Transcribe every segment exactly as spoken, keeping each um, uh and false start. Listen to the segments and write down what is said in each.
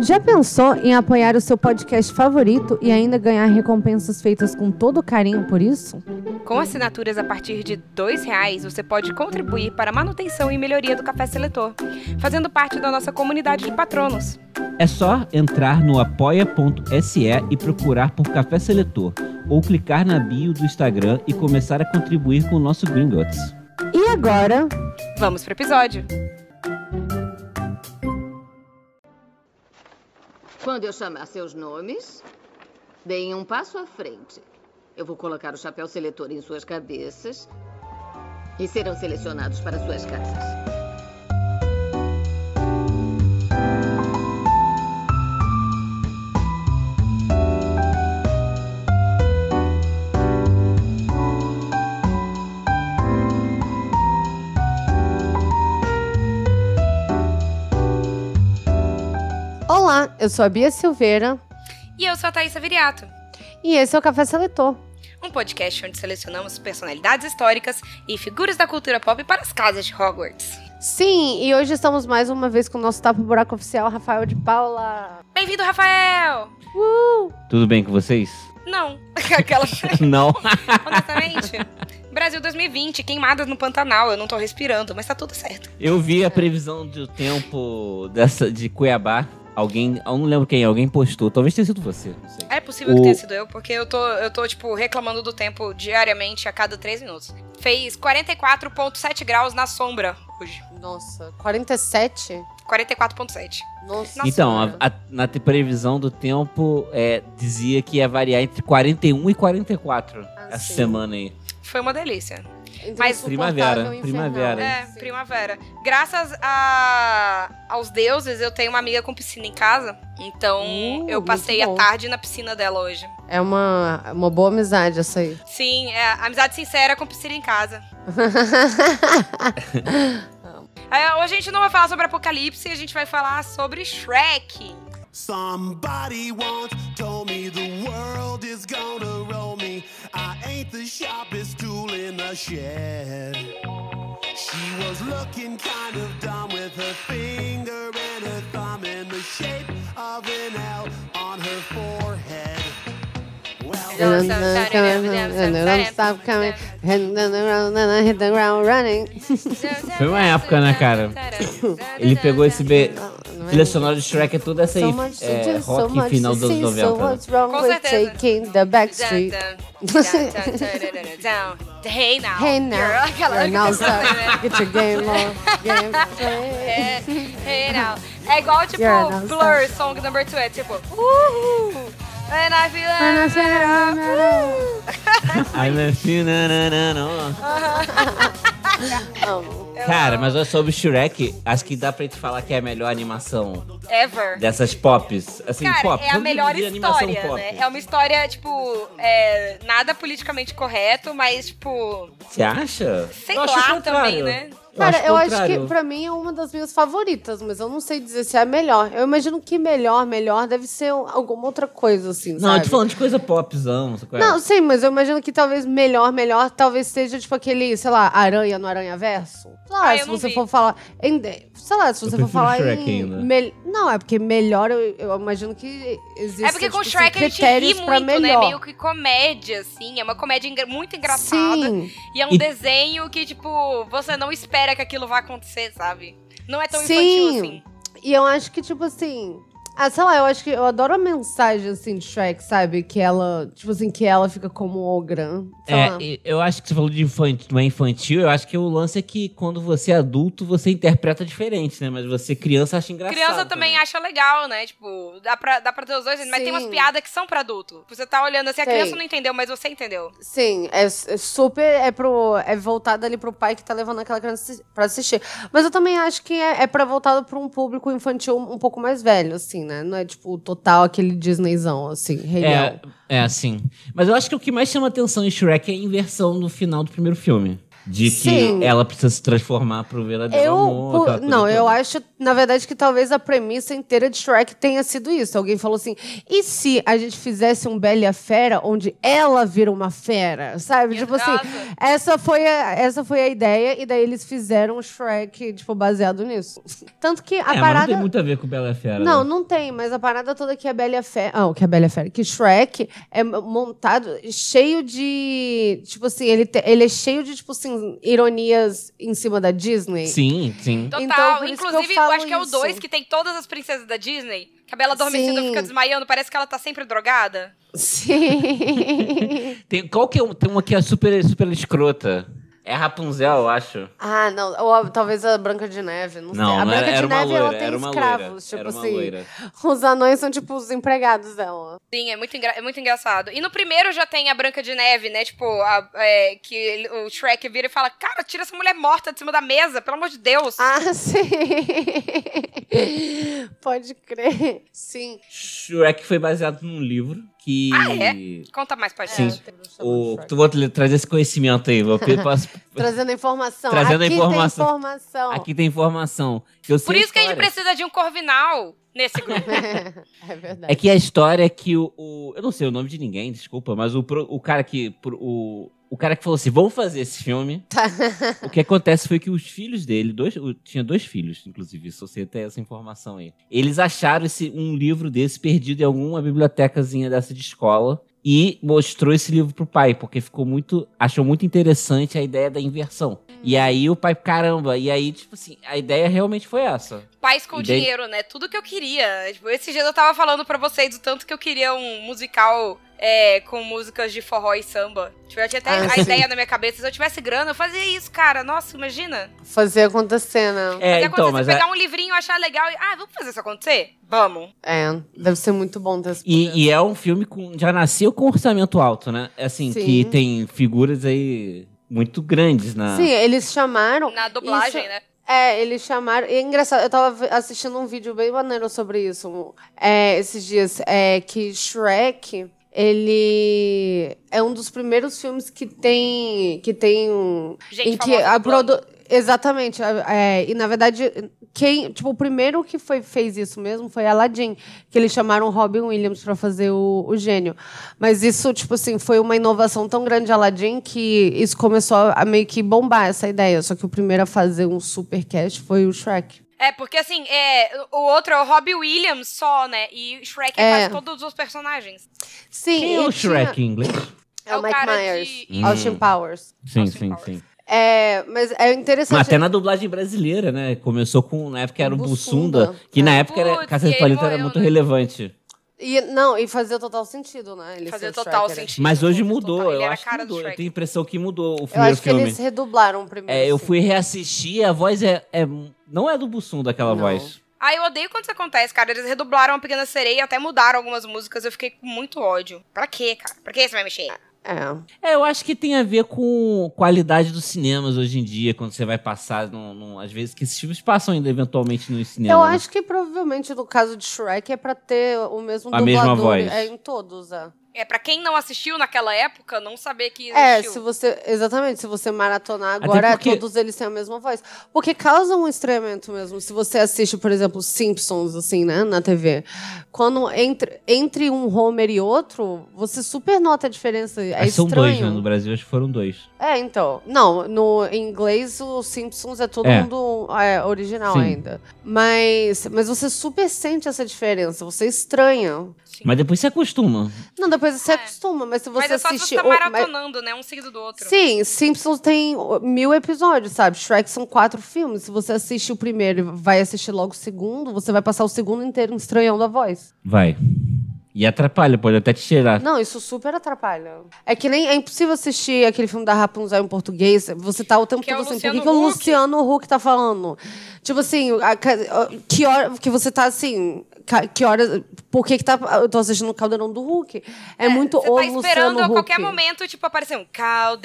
Já pensou em apoiar o seu podcast favorito e ainda ganhar recompensas feitas com todo carinho por isso? Com assinaturas a partir de dois reais, você pode contribuir para a manutenção e melhoria do Café Seletor, fazendo parte da nossa comunidade de patronos. É só entrar no apoia ponto se e procurar por Café Seletor, ou clicar na bio do Instagram e começar a contribuir com o nosso Gringotts. E agora, vamos pro episódio! Quando eu chamar seus nomes, deem um passo à frente. Eu vou colocar o chapéu seletor em suas cabeças e serão selecionados para suas casas. olá, eu sou a Bia Silveira. E eu sou a Thaisa Viriato. E esse é o Café Seletor. Um podcast onde selecionamos personalidades históricas e figuras da cultura pop para as casas de Hogwarts. Sim, e hoje estamos mais uma vez com o nosso Tapa Buraco oficial, Rafael de Paula. Bem-vindo, Rafael! Uh! Tudo bem com vocês? Não. Aquela... Não. Honestamente, Brasil dois mil e vinte, queimadas no Pantanal, eu não tô respirando, mas tá tudo certo. Eu vi a previsão do tempo dessa, de Cuiabá. Alguém, eu não lembro quem, alguém postou. Talvez tenha sido você, não sei. É possível o... que tenha sido eu, porque eu tô, eu tô, tipo, reclamando do tempo diariamente a cada três minutos. Fez quarenta e quatro vírgula sete graus na sombra hoje. Nossa, quarenta e sete? quarenta e quatro vírgula sete. Nossa. Então, a, a, na previsão do tempo, é, dizia que ia variar entre quarenta e um e quarenta e quatro ah, essa sim. semana aí. Foi uma delícia. Mas primavera, primavera. É, sim. primavera. Graças a, aos deuses, eu tenho uma amiga com piscina em casa. Então, uh, eu passei a tarde na piscina dela hoje. É uma, uma boa amizade essa aí. Sim, é amizade sincera com piscina em casa. é, hoje a gente não vai falar sobre Apocalipse, a gente vai falar sobre Shrek. Somebody once told me the world is gonna roll me. I ain't the sharpest tool in the shed. She was looking kind of dumb with her finger and her thumb in the shape of an L on her forehead. Don't stop coming, hit the ground running. Foi uma época, né, cara? Ele pegou esse be... trilha sonora de Shrek, é toda essa aí, é, rock so final dos anos noventa. Com certeza. Taking the back street. Hey now. Hey now. You're now stop. Get your game on. Game é, hey now. É igual, tipo, Blur, Song Number Two. É tipo, uhul. And I feel I feel Cara, mas olha sobre o Shrek, acho que dá pra gente falar que é a melhor animação ever dessas pops. Assim, cara, pop, é a melhor história, pop. né? É uma história, tipo, é, nada politicamente correto, mas, tipo... Você acha? Sei lá também, né? Cara, eu, eu acho, acho que pra mim é uma das minhas favoritas, mas eu não sei dizer se é a melhor. Eu imagino que melhor, melhor deve ser alguma outra coisa, assim, não, sabe? Não, eu tô falando de coisa popzão. Não, sim, mas eu imagino que talvez melhor, melhor, talvez seja tipo aquele, sei lá, aranha no Aranhaverso. Sei lá, ah, se você vi. for falar em... Sei lá, se você for falar Shrek em... ainda. Me... Não, é porque melhor, eu, eu imagino que existe, é porque com tipo, Shrek assim, a gente critérios ri pra muito, melhor. né? Meio que comédia, assim. É uma comédia engra... muito engraçada. Sim. E é um e... desenho que, tipo, você não espera que aquilo vá acontecer, sabe? Não é tão Sim. infantil assim. E eu acho que, tipo assim... Ah, sei lá, eu acho que eu adoro a mensagem, assim, de Shrek, sabe? Que ela, tipo assim, que ela fica como um ogran. É, eu acho que você falou de infantil, não é infantil, eu acho que o lance é que quando você é adulto, você interpreta diferente, né? Mas você, criança, acha engraçado. Criança também, também acha legal, né? Tipo, dá pra, dá pra ter os dois, mas tem umas piadas que são pra adulto. Você tá olhando assim, a Sei. criança não entendeu, mas você entendeu. Sim, é, é super, é, pro, é voltado ali pro pai que tá levando aquela criança pra assistir. Mas eu também acho que é, é pra voltado pra um público infantil um pouco mais velho, assim, né? Não é, tipo, total aquele Disneyzão, assim, Rei Leão. É, é, assim. Mas eu acho que o que mais chama atenção em Shrek é a inversão no final do primeiro filme. De que Sim. ela precisa se transformar pro verdadeiro Eu, amor. por- aquela coisa não, eu toda. acho, na verdade, que talvez a premissa inteira de Shrek tenha sido isso. Alguém falou assim, e se a gente fizesse um Bela e a Fera, onde ela vira uma fera, sabe? Tipo assim, Nossa. essa foi, a, essa foi a ideia, e daí eles fizeram o Shrek, tipo, baseado nisso. Tanto que a É, mas não parada... tem muito a ver com Bela e a Fera. Não, né? não tem, mas a parada toda que a Bela e a Fera... Ah, que a Bela e a Fera... Que Shrek é montado cheio de... Tipo assim, ele, te- ele é cheio de, tipo assim, ironias em cima da Disney. Sim, sim. Total. Então, por isso que eu Inclusive, eu, falo acho que é o isso. dois que tem todas as princesas da Disney. Que a Bela Adormecida Sim. fica desmaiando, parece que ela tá sempre drogada. Sim. Tem, qual que é? um- Tem uma que é super, super escrota. É a Rapunzel, eu acho. Ah, não. Ou a- talvez a Branca de Neve, não, Não, sei. A não Branca era, de era uma Neve, loira, ela tem era uma escravos. loira. Tipo era uma assim, loira. os anões são tipo os empregados dela. Sim, é muito, engra- é muito engraçado. E no primeiro já tem a Branca de Neve, né? Tipo, a- é, que ele- o Shrek vira e fala: Cara, tira essa mulher morta de cima da mesa, pelo amor de Deus. Ah, sim. Pode crer. Sim. Shrek foi baseado num livro que... Ah, é? Conta mais pra Sim. gente. O, tu vou te trazer esse conhecimento aí. Vou, posso, Trazendo a informação. Trazendo a Aqui informação. tem informação. aqui tem informação. Que eu sei Por isso que a gente história. precisa de um Corvinal nesse grupo. É verdade. É que a história é que o, o- eu não sei o nome de ninguém, desculpa, mas o, pro- o cara que pro- o, o cara que falou assim, vamos fazer esse filme. O que acontece foi que os filhos dele, dois, o- tinha dois filhos, inclusive, se você tem essa informação aí. Eles acharam esse, um livro desse perdido em alguma bibliotecazinha dessa de escola e mostrou esse livro pro pai, porque ficou muito, achou muito interessante a ideia da inversão. E aí o pai, caramba, e aí, tipo assim, a ideia realmente foi essa. Pais com E daí- dinheiro, né? Tudo que eu queria. Tipo, esses dias eu tava falando pra vocês do tanto que eu queria um musical é, com músicas de forró e samba. Tipo, eu tinha até Ah, a sim. ideia na minha cabeça. Se eu tivesse grana, eu fazia isso, cara. Nossa, imagina. Fazer acontecer, né? É, Fazer então, acontecer, mas pegar a- um livrinho, achar legal e... Ah, vamos fazer isso acontecer? Vamos. É, deve ser muito bom ter esse poder. E, e é um filme com. Já nasceu com orçamento alto, né? Assim, Sim. que tem figuras aí muito grandes na. Sim, eles chamaram... Na dublagem, isso- né? É, eles chamaram... E é engraçado, eu tava ve- assistindo um vídeo bem maneiro sobre isso é, esses dias. É que Shrek, ele é um dos primeiros filmes que tem... Que tem um... Gente em que famosa a dublando. produ... Exatamente. É, e, na verdade, quem... Tipo, o primeiro que foi, fez isso mesmo foi Aladdin. Que eles chamaram Robin Williams pra fazer o, o gênio. Mas isso, tipo assim, foi uma inovação tão grande de Aladdin que isso começou a meio que bombar essa ideia. Só que o primeiro a fazer um super cast foi o Shrek. É, porque assim, é, o outro é o Robbie Williams só, né? E Shrek É. faz todos os personagens. Sim, Quem é e o Shrek tinha- em inglês? É o É o Mike cara Myers. de- Austin Powers. Sim, Austin sim, Powers. sim. É, mas é interessante. Mas até na dublagem brasileira, né? Começou com, na época era o Bussunda. Bussunda, que na É. época era, Putz, Casa e de ele Palito era morreu, muito né? relevante. E, não, e fazia total sentido, né? Ele Fazia ser o total Shrek, né? sentido. Mas hoje Total. mudou, Ele eu era acho a que cara do mudou. Eu Shrek. tenho a impressão que mudou o Eu primeiro acho que filme. eles redublaram o primeiro. É, eu sim. fui reassistir, a voz é, é- não é do Bussunda aquela Não. voz. Ah, eu odeio quando isso acontece, cara. Eles redublaram a Pequena Sereia, até mudaram algumas músicas. Eu fiquei com muito ódio. Pra quê, cara? Pra que você vai mexer? É. É, eu acho que tem a ver com qualidade dos cinemas hoje em dia, quando você vai passar, num, num- às vezes que esses filmes passam ainda eventualmente no cinema. Eu né? acho que provavelmente no caso de Shrek é pra ter o mesmo A dublador. mesma voz. É em todos, é. É, pra quem não assistiu naquela época, não saber que É, existiu. se você. Exatamente, se você maratonar agora, porque- todos eles têm a mesma voz. Porque causa um estranhamento mesmo. Se você assiste, por exemplo, Simpsons, assim, né, na T V. Quando entre, entre um Homer e outro, você super nota a diferença. É Mas são estranho. dois, né? No Brasil acho que foram dois. É, então. Não, no, em inglês, o Simpsons é todo É. mundo é, original Sim. ainda. Mas, mas você super sente essa diferença. Você estranha. Sim. Mas depois você acostuma. Não, depois você É. acostuma, mas se você Mas é só se assiste. você tá o- mas- maratonando, né? Um seguido do outro. Sim, Simpsons tem mil episódios, sabe? Shrek são quatro filmes. Se você assiste o primeiro e vai assistir logo o segundo, você vai passar o segundo inteiro estranhando a voz. Vai. E atrapalha, pode até te tirar. Não, isso super atrapalha. É que nem é impossível assistir aquele filme da Rapunzel em português. Você tá o tempo Que é todo o assim, por Luciano que, que o Huck. Luciano Huck tá falando? Tipo assim, a- ca- que hora que você tá assim, ca- que hora, por que que tá, eu tô assistindo o Caldeirão do Hulk? É, muito Você o tá Luciano esperando a Huck. qualquer momento, tipo, aparecer um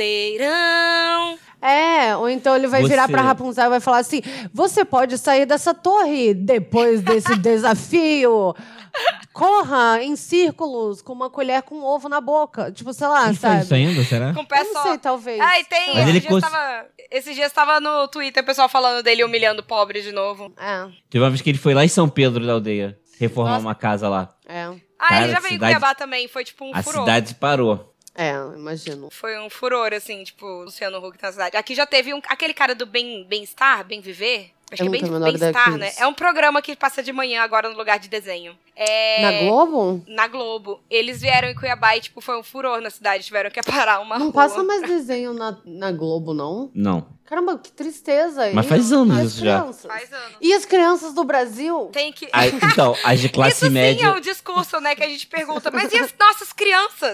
caldeirão. É, ou então ele vai Você- virar pra Rapunzel e vai falar assim: você pode sair dessa torre depois desse desafio. corra em círculos com uma colher com ovo na boca. Tipo, sei lá, Quem sabe? faz isso ainda, será? Com o pé Eu não só. sei, talvez. Ai, tem. Mas Esse ele dia cons- tava, esses dias tava no Twitter o pessoal falando dele humilhando o pobre de novo. É, Teve uma vez que ele foi lá em São Pedro da aldeia reformar Nossa. uma casa lá. é, Ah, Cara, ele já a veio cidade- em Cuiabá também. Foi tipo um A furor. cidade parou. é, imagino. Foi um furor, assim, tipo, Luciano Huck na cidade. Aqui já teve um, aquele cara do Bem- Bem-Estar, Bem Viver. Acho Eu que é não tenho a bem, menor ideia Bem-Estar, que é né? isso. É um programa que passa de manhã agora no lugar de desenho. É... Na Globo? Na Globo. Eles vieram em Cuiabá e, tipo, foi um furor na cidade. Tiveram que parar uma Não rua. passa mais desenho na, na Globo, não? Não. Caramba, que tristeza. Mas E faz anos as isso já. crianças? Faz anos. E as crianças do Brasil? Tem que... Aí, então, as de classe Isso sim média... é um discurso, né, que a gente pergunta. Mas e as nossas crianças?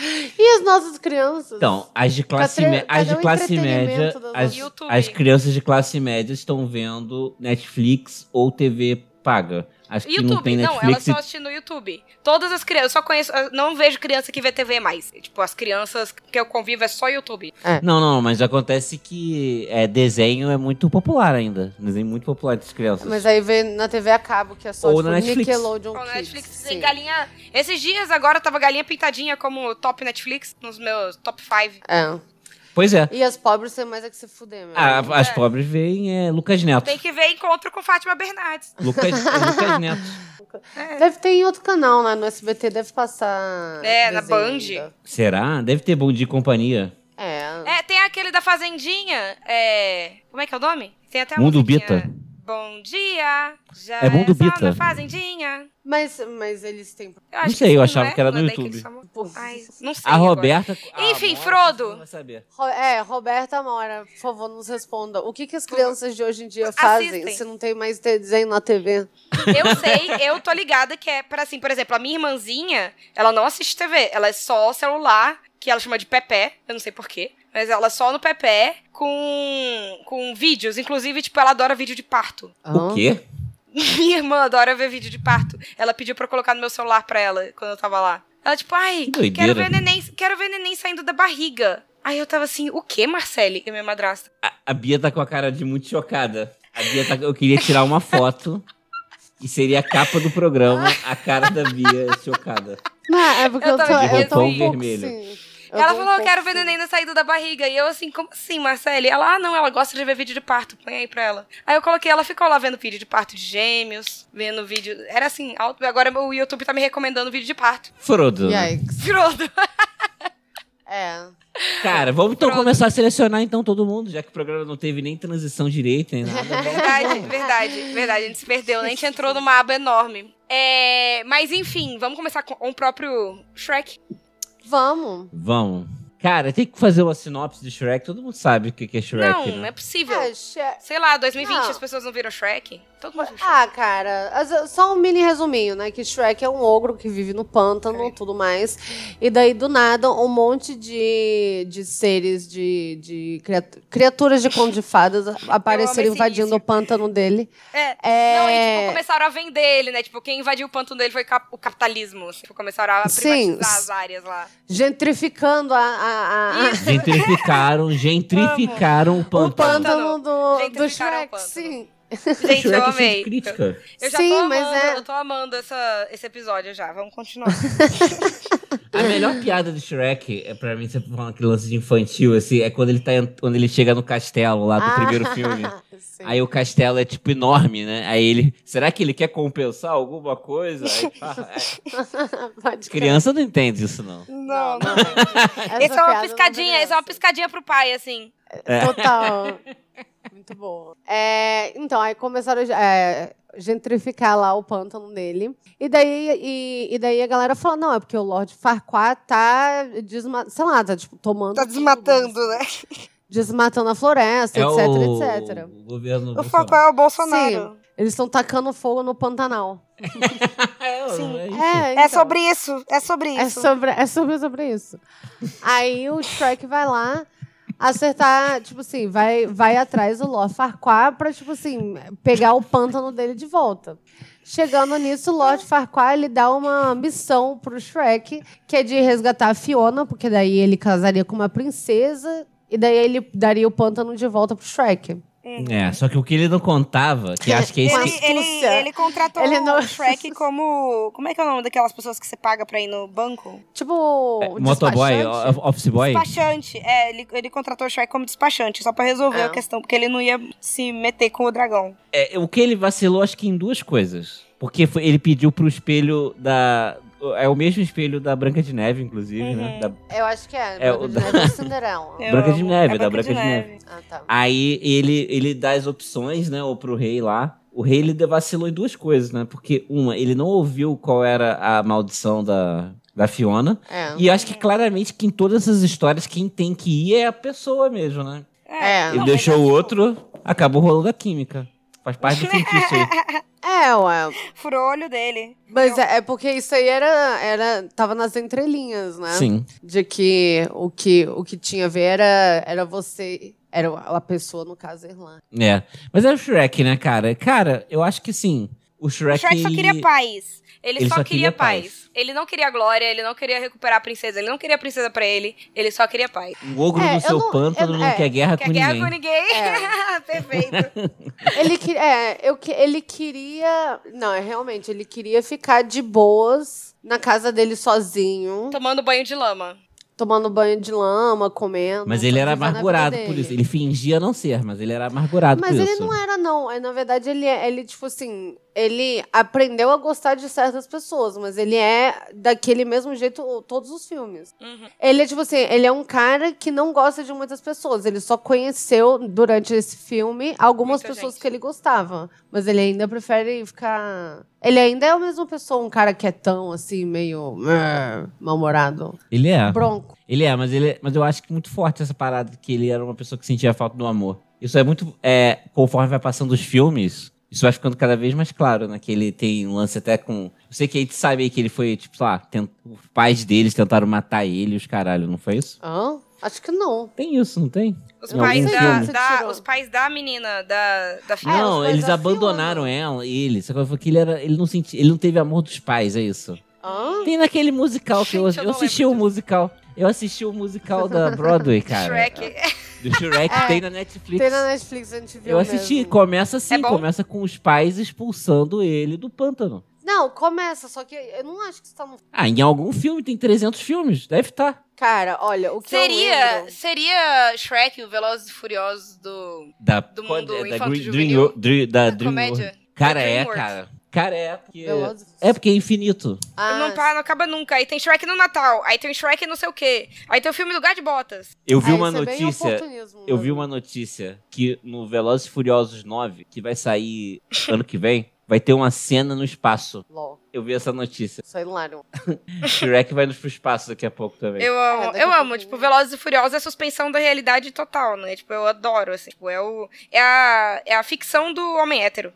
E as nossas crianças? Então, as de classe, Cadê- me... as de cadê o classe média, entretenimento das as, YouTube? as crianças de classe média estão vendo Netflix ou T V paga. As que YouTube, não tem não, elas Netflix... só assistem no YouTube. Todas as crianças, eu só conheço, eu não vejo criança que vê T V mais. Tipo, as crianças que eu convivo é só YouTube. Não, não, mas acontece que é, desenho é muito popular ainda. Desenho muito popular entre as crianças. Mas aí vê na T V a cabo, que é só Ou tipo, na Netflix. Nickelodeon Com Kids. Netflix tem sim. galinha. Esses dias agora tava galinha pintadinha como top Netflix nos meus top cinco. É. Pois é. E as pobres tem mais é que se fuder, meu. Ah, as É. pobres veem é, Lucas Neto. Tem que ver encontro com Fátima Bernardes. Lucas, é Lucas Neto. Deve ter em outro canal, né? No S B T deve passar. É, na desenho Band. ainda. Será? Deve ter Bom Dia e Companhia. É. É, tem aquele da Fazendinha. É. Como é que é o nome? Tem até a Mundo musiquinha. Bita. Bom dia. Já É Mundo só Bita. na Fazendinha. Mas, mas eles têm. Eu acho Não que sei, sim, eu achava não é? que era no Não é daí que YouTube. eles chamam? Pô. Ai, não sei. A agora. Roberta... a Enfim, Amora, Frodo. você vai saber. Ro- É, Roberta Mora, por favor, nos responda. O que, que as crianças de hoje em dia fazem Assistem. se não tem mais desenho na T V? Eu sei, eu tô ligada que é para assim, por exemplo, a minha irmãzinha, ela não assiste T V, ela é só celular, que ela chama de Pepé, eu não sei porquê, mas ela é só no Pepé com, com vídeos, inclusive, tipo, ela adora vídeo de parto. O quê? Minha irmã adora ver vídeo de parto. Ela pediu pra eu colocar no meu celular pra ela, quando eu tava lá. Ela, tipo, ai, Que doideira. quero ver neném, quero ver neném saindo da barriga. Aí eu tava assim, o quê, Marcele? Que é minha madrasta. A, a Bia tá com a cara de muito chocada. A Bia tá... Eu queria tirar uma foto e seria a capa do programa, a cara da Bia chocada. Não, é porque Eu eu, tô, também, eu tô roupão um pouco vermelho. assim. eu Ela tô um falou, eu pouco quero ver assim. neném na saída da barriga. E eu assim, como assim, Marcele? Ela, ah, não, ela gosta de ver vídeo de parto. Põe aí pra ela. Aí eu coloquei, ela ficou lá vendo vídeo de parto de gêmeos, vendo vídeo... Era assim, alto. Agora o YouTube tá me recomendando vídeo de parto. Frodo. Yikes. Frodo. É. Cara, vamos então Frodo. começar a selecionar então todo mundo, já que o programa não teve nem transição direito, nem nada. Vamos- Verdade, verdade, verdade. A gente se perdeu, né? A gente entrou numa aba enorme. É, mas enfim, vamos começar com o próprio Shrek. Vamos. Vamos. Cara, tem que fazer uma sinopse de Shrek. Todo mundo sabe o que que é Shrek, não, né? não é possível. É, che- Sei lá, dois mil e vinte Não. as pessoas não viram Shrek. Todo mundo viu Shrek. Ah, cara, as- só um mini resuminho, né? Que Shrek é um ogro que vive no pântano e tudo mais. E daí, do nada, um monte de, de seres, de, de criatu- criaturas de conto de fadas apareceram esse invadindo início. o pântano dele. É. É... Não, e tipo, começaram a vender ele, né? Tipo, quem invadiu o pântano dele foi cap- o capitalismo. Assim, tipo, começaram a Sim. privatizar as áreas lá. Gentrificando a, a- a- a- Gentrificaram, gentrificaram o o pântano. pântano do, do Gentrificaram o Shrek, pântano. sim. Gente, Shrek eu é cheio amei. de crítica. Eu já Sim, tô mas amando, é- eu tô amando essa, esse episódio já. Vamos continuar. A melhor piada do Shrek, é pra mim, você falando aquele lance de infantil, assim, é quando ele, tá, ent- quando ele chega no castelo lá do Ah, primeiro filme. sim. Aí o castelo é, tipo, enorme, né? Aí ele... Será que ele quer compensar alguma coisa? Aí, ah, é. Pode crer. Criança não entende isso, não. Não, não. Essa Esse é uma piada não piscadinha, tem esse é uma graça. piscadinha pro pai, assim. Total. Muito boa. É, então, aí começaram a é, gentrificar lá o pântano dele. E daí, e, e daí a galera falou, não, é porque o Lord Farquaad tá desma sei lá, tá tipo, tomando... Tá tudo, desmatando, né? Desmatando a floresta, É etc, o... etcétera. o governo O Bolsonaro. Farquaad é o Bolsonaro. Sim, eles estão tacando fogo no Pantanal. É, Sim. é isso. É, É então. sobre isso, é sobre É isso. sobre, é sobre, sobre isso. Aí o Shrek vai lá acertar, tipo assim, vai, vai atrás do Lord Farquaad pra, tipo assim, pegar o pântano dele de volta. Chegando nisso, o Lord Farquaad ele dá uma missão pro Shrek, que é de resgatar a Fiona, porque daí ele casaria com uma princesa, e daí ele daria o pântano de volta pro Shrek. É, só que o que ele não contava, que acho que é isso Ele, que... ele, ele contratou Ele não- o Shrek como... Como é que é o nome daquelas pessoas que você paga pra ir no banco? Tipo, É, motoboy, despachante. o- office boy. Despachante. É, ele, ele contratou o Shrek como despachante, só pra resolver É. a questão, porque ele não ia se meter com o dragão. É, o que ele vacilou, acho que em duas coisas. Porque foi- ele pediu pro espelho da... É o mesmo espelho da Branca de Neve, inclusive, Uhum. né? Da Eu acho que é. É, Branca o de da- Neve ou Cinderela. Eu Branca de amo. Neve, É da Branca de Neve. Ah, tá. Aí ele, ele dá as opções, né, ou pro rei lá. O rei, ele vacilou em duas coisas, né? Porque, uma, ele não ouviu qual era a maldição da, da Fiona. É. E eu acho que claramente que em todas essas histórias, quem tem que ir é a pessoa mesmo, né? É. Ele não, deixou mas é o tipo- outro, acabou rolando a química. Faz parte do feitiço aí. É, ué. Furou o olho dele. Mas é, é porque isso aí era, era. Tava nas entrelinhas, né? Sim. De que o que, o que tinha a ver era, era você. Era a pessoa, no caso, Irlã. É. Mas é o Shrek, né, cara? Cara, eu acho que sim. O Shrek, O Shrek só ele... queria paz. Ele, Ele só, só queria, queria paz. paz. Ele não queria glória, ele não queria recuperar a princesa, ele não queria a princesa pra ele, ele só queria paz. O ogro É, do eu seu não- pântano eu- não é, quer guerra Quer com guerra ninguém. com ninguém? É. Perfeito. Ele, que- é, eu, que- ele queria. Não, é realmente, ele queria ficar de boas na casa dele sozinho, Tomando banho de lama. tomando banho de lama, comendo. Mas ele era vivendo a vida amargurado por dele. isso. Ele fingia não ser, mas ele era amargurado Mas por ele isso. não era, não. É, na verdade, ele, é- ele, tipo assim, ele aprendeu a gostar de certas pessoas, mas ele é daquele mesmo jeito todos os filmes. Uhum. Ele é, tipo assim, ele é um cara que não gosta de muitas pessoas. Ele só conheceu, durante esse filme, algumas Muita pessoas gente. que ele gostava. Mas ele ainda prefere ficar... Ele ainda é a mesma pessoa, um cara quietão, assim, meio... eh, mal-humorado. Ele é. Bronco. Ele é, mas, ele, mas eu acho que muito forte essa parada que ele era uma pessoa que sentia falta do amor. Isso é muito... É, conforme vai passando os filmes, isso vai ficando cada vez mais claro, né? Que ele tem um lance até com... Eu sei que a gente sabe aí que ele foi, tipo, sei lá, tent... os pais deles tentaram matar ele e os caralho, não foi isso? Hã? Acho que não. Tem isso, não tem? Os Em pais, algum da, filme. da- Tirou. os pais da menina, da, da É, filha. Não, os pais eles da abandonaram Fiona. ela, ele. Só que foi que ele era, ele não sentia, ele não teve amor dos pais, é isso. Hã? Tem naquele musical que eu, Gente, eu eu não assisti lembro o musical. Eu assisti o musical da Broadway, cara. Shrek. Do Shrek, É, tem na Netflix. Tem na Netflix, a gente viu Eu assisti, mesmo. começa assim, É bom? começa com os pais expulsando ele do pântano. Não, começa, só que eu não acho que isso tá no... Ah, em algum filme, tem trezentos filmes, deve estar. Cara, olha, o que eu Seria, lembro... seria Shrek, o Velozes e Furiosos do... Da, Do mundo é, da infanto Green- juvenil? Dream- Dream- da Da Dream comédia? World. Cara, Da é, DreamWorks. cara. Cara, é porque... Velozes- É porque é infinito. Ah, Não, para, não acaba nunca. Aí tem Shrek no Natal, aí tem o Shrek não sei o quê. Aí tem o filme do Gato de Botas. Eu vi é, uma isso é bem notícia... oportunismo Eu vi mesmo. uma notícia que no Velozes e Furiosos nove, que vai sair ano que vem, vai ter uma cena no espaço. Lol, Eu vi essa notícia. isso é hilário. Shrek vai pro espaço daqui a pouco também. Eu É, amo, daqui a eu amo. pouquinho. Tipo, Velozes e Furiosos é suspensão da realidade total, né? Tipo, eu adoro, assim. Tipo, é, o, é, a, é a ficção do homem hétero.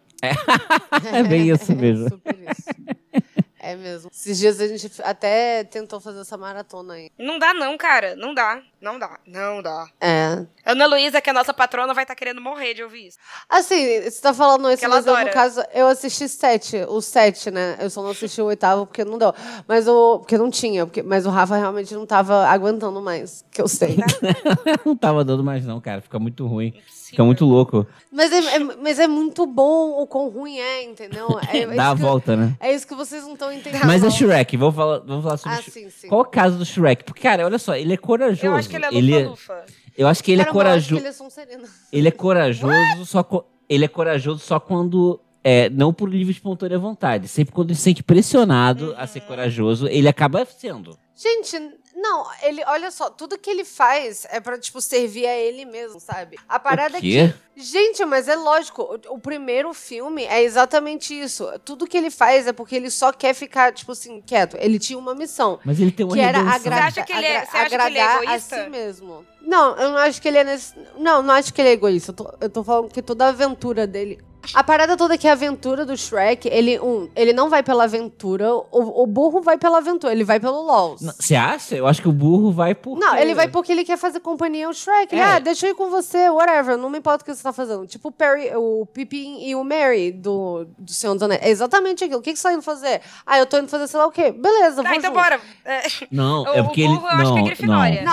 É bem isso mesmo. É super isso. É mesmo. Esses dias a gente até tentou fazer essa maratona aí. Não dá não, cara. Não dá. Não dá. Não dá. É. Ana Luísa, que é a nossa patrona, vai estar querendo morrer de ouvir isso. Assim, você tá falando isso, Que ela mas eu, no adora. caso, eu assisti sete, o sete, né? Eu só não assisti o oitavo porque não deu. Mas o. Porque não tinha, porque, mas o Rafa realmente não tava aguentando mais, que eu sei. Não tava dando mais não, cara. Fica muito ruim. Fica muito louco. Mas é, é- mas é muito bom o quão ruim é, entendeu? É, é Dá a isso que- volta, né? É isso que vocês não estão entendendo. Mas é Shrek. Vamos falar, vamos falar sobre Ah, o Shrek. sim, sim. Qual o caso do Shrek? Porque, cara, olha só, ele é corajoso. Eu acho que ele é lufa-lufa. Eu acho que ele é Cara, eu acho que corajoso. ele é Sonserina. Ele é corajoso, só co- ele é corajoso só quando é, não por livre e espontânea vontade. Sempre quando ele se sente pressionado a ser corajoso, ele acaba sendo. Gente, não, ele, olha só, tudo que ele faz é pra, tipo, servir a ele mesmo, sabe? A parada O é quê? que. Gente, mas é lógico, o, o primeiro filme é exatamente isso. Tudo que ele faz é porque ele só quer ficar, tipo assim, quieto. Ele tinha uma missão. Mas ele tem uma Que era redenção. agrada, Você acha que ele é- agra- você acha que ele é agradar egoísta? a si mesmo. Não, eu não acho que ele é nesse. Não, não acho que ele é egoísta. Eu tô, eu tô falando que toda a aventura dele. A parada toda é que a aventura do Shrek, ele, um, ele não vai pela aventura, o, o burro vai pela aventura, ele vai pelo LOLs. Não, você acha? Eu acho que o burro vai por. Não, ele vai porque ele quer fazer companhia ao Shrek. Ele, É. ah, deixa eu ir com você, whatever, não me importa o que você tá fazendo. Tipo o Perry, o Pippin e o Merry do, do Senhor dos Anéis. É exatamente aquilo. O que, que você tá indo fazer? Ah, eu tô indo fazer sei lá o quê. Beleza, Tá, vou então junto. bora. É, Não, o é porque burro, ele. eu acho que é Não, Grifinória. Não,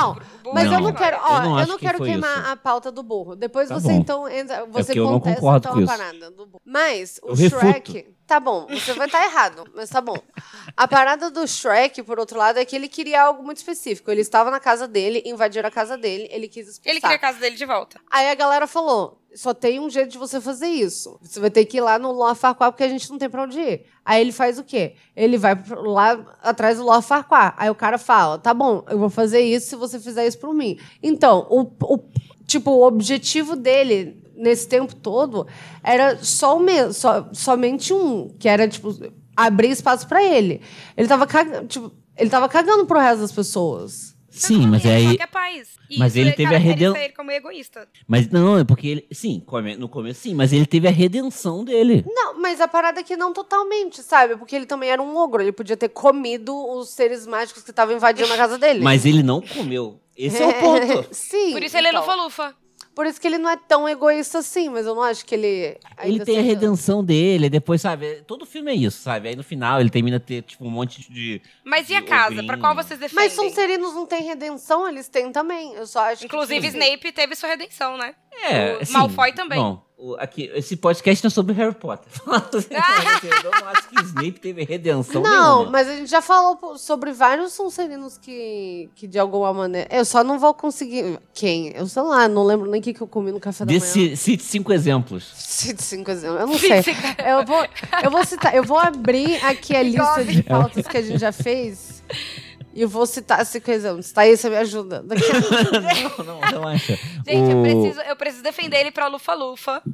Burro Mas Não, eu não quero, ó, eu eu não não, acho que quero foi queimar isso. a pauta do burro. Depois Tá você bom. então entra, você porque eu não contesta concordo então com a isso. parada do burro. Mas o Eu Shrek, refuto. tá bom, você vai estar errado, mas tá bom. A parada do Shrek, por outro lado, é que ele queria algo muito específico. Ele estava na casa dele, invadiram a casa dele, ele quis expulsar. Ele queria a casa dele de volta. Aí a galera falou, só tem um jeito de você fazer isso. Você vai ter que ir lá no Lord Farquaad porque a gente não tem pra onde ir. Aí ele faz o quê? Ele vai lá atrás do Lord Farquaad. Aí o cara fala, tá bom, eu vou fazer isso se você fizer isso por mim. Então, o, o, tipo, o objetivo dele nesse tempo todo era só o mesmo, só, somente um, que era, tipo, abrir espaço pra ele. Ele tava, cag... tipo, ele tava cagando pro resto das pessoas. Sim, mas Ele aí... só quer paz. E Mas isso, ele teve a caracteriza redem- ele como egoísta. Mas não, é porque ele... Sim, come- no começo sim, mas ele teve a redenção dele. Não, mas a parada é que não totalmente, sabe? Porque ele também era um ogro. Ele podia ter comido os seres mágicos que estavam invadindo a casa dele. Mas ele não comeu. Esse é o ponto. Sim. Por isso ele é então. lufa-lufa. Por isso que ele não é tão egoísta assim, mas eu não acho que ele... Ele ainda tem a seja- redenção dele, aí depois, sabe? Todo filme é isso, sabe? Aí no final ele termina a ter, tipo, um monte de... Mas e de a casa? ogrinho. Pra qual vocês defendem? Mas Sonserinos não têm redenção, eles têm também. Eu só acho Inclusive, que... tipo, Snape teve sua redenção, né? É, O assim, Malfoy também. Bom, o- aqui, esse podcast não é sobre Harry Potter. Eu não acho que Snape teve redenção Não, nenhuma. mas a gente já falou po- sobre vários Sonserinos que, que de alguma maneira... Eu só não vou conseguir... Quem? Eu sei lá, não lembro nem o que, que eu comi no café da manhã. Desse, cite cinco exemplos. Cite cinco exemplos. Eu não sei. Cinco. Eu vou, eu vou citar, eu vou abrir aqui a lista de pautas que a gente já fez e eu vou citar cinco exemplos. Tá aí, você me ajuda. Daqui a... Não, não, relaxa. Gente, eu O- preciso, eu preciso defender ele pra lufa-lufa.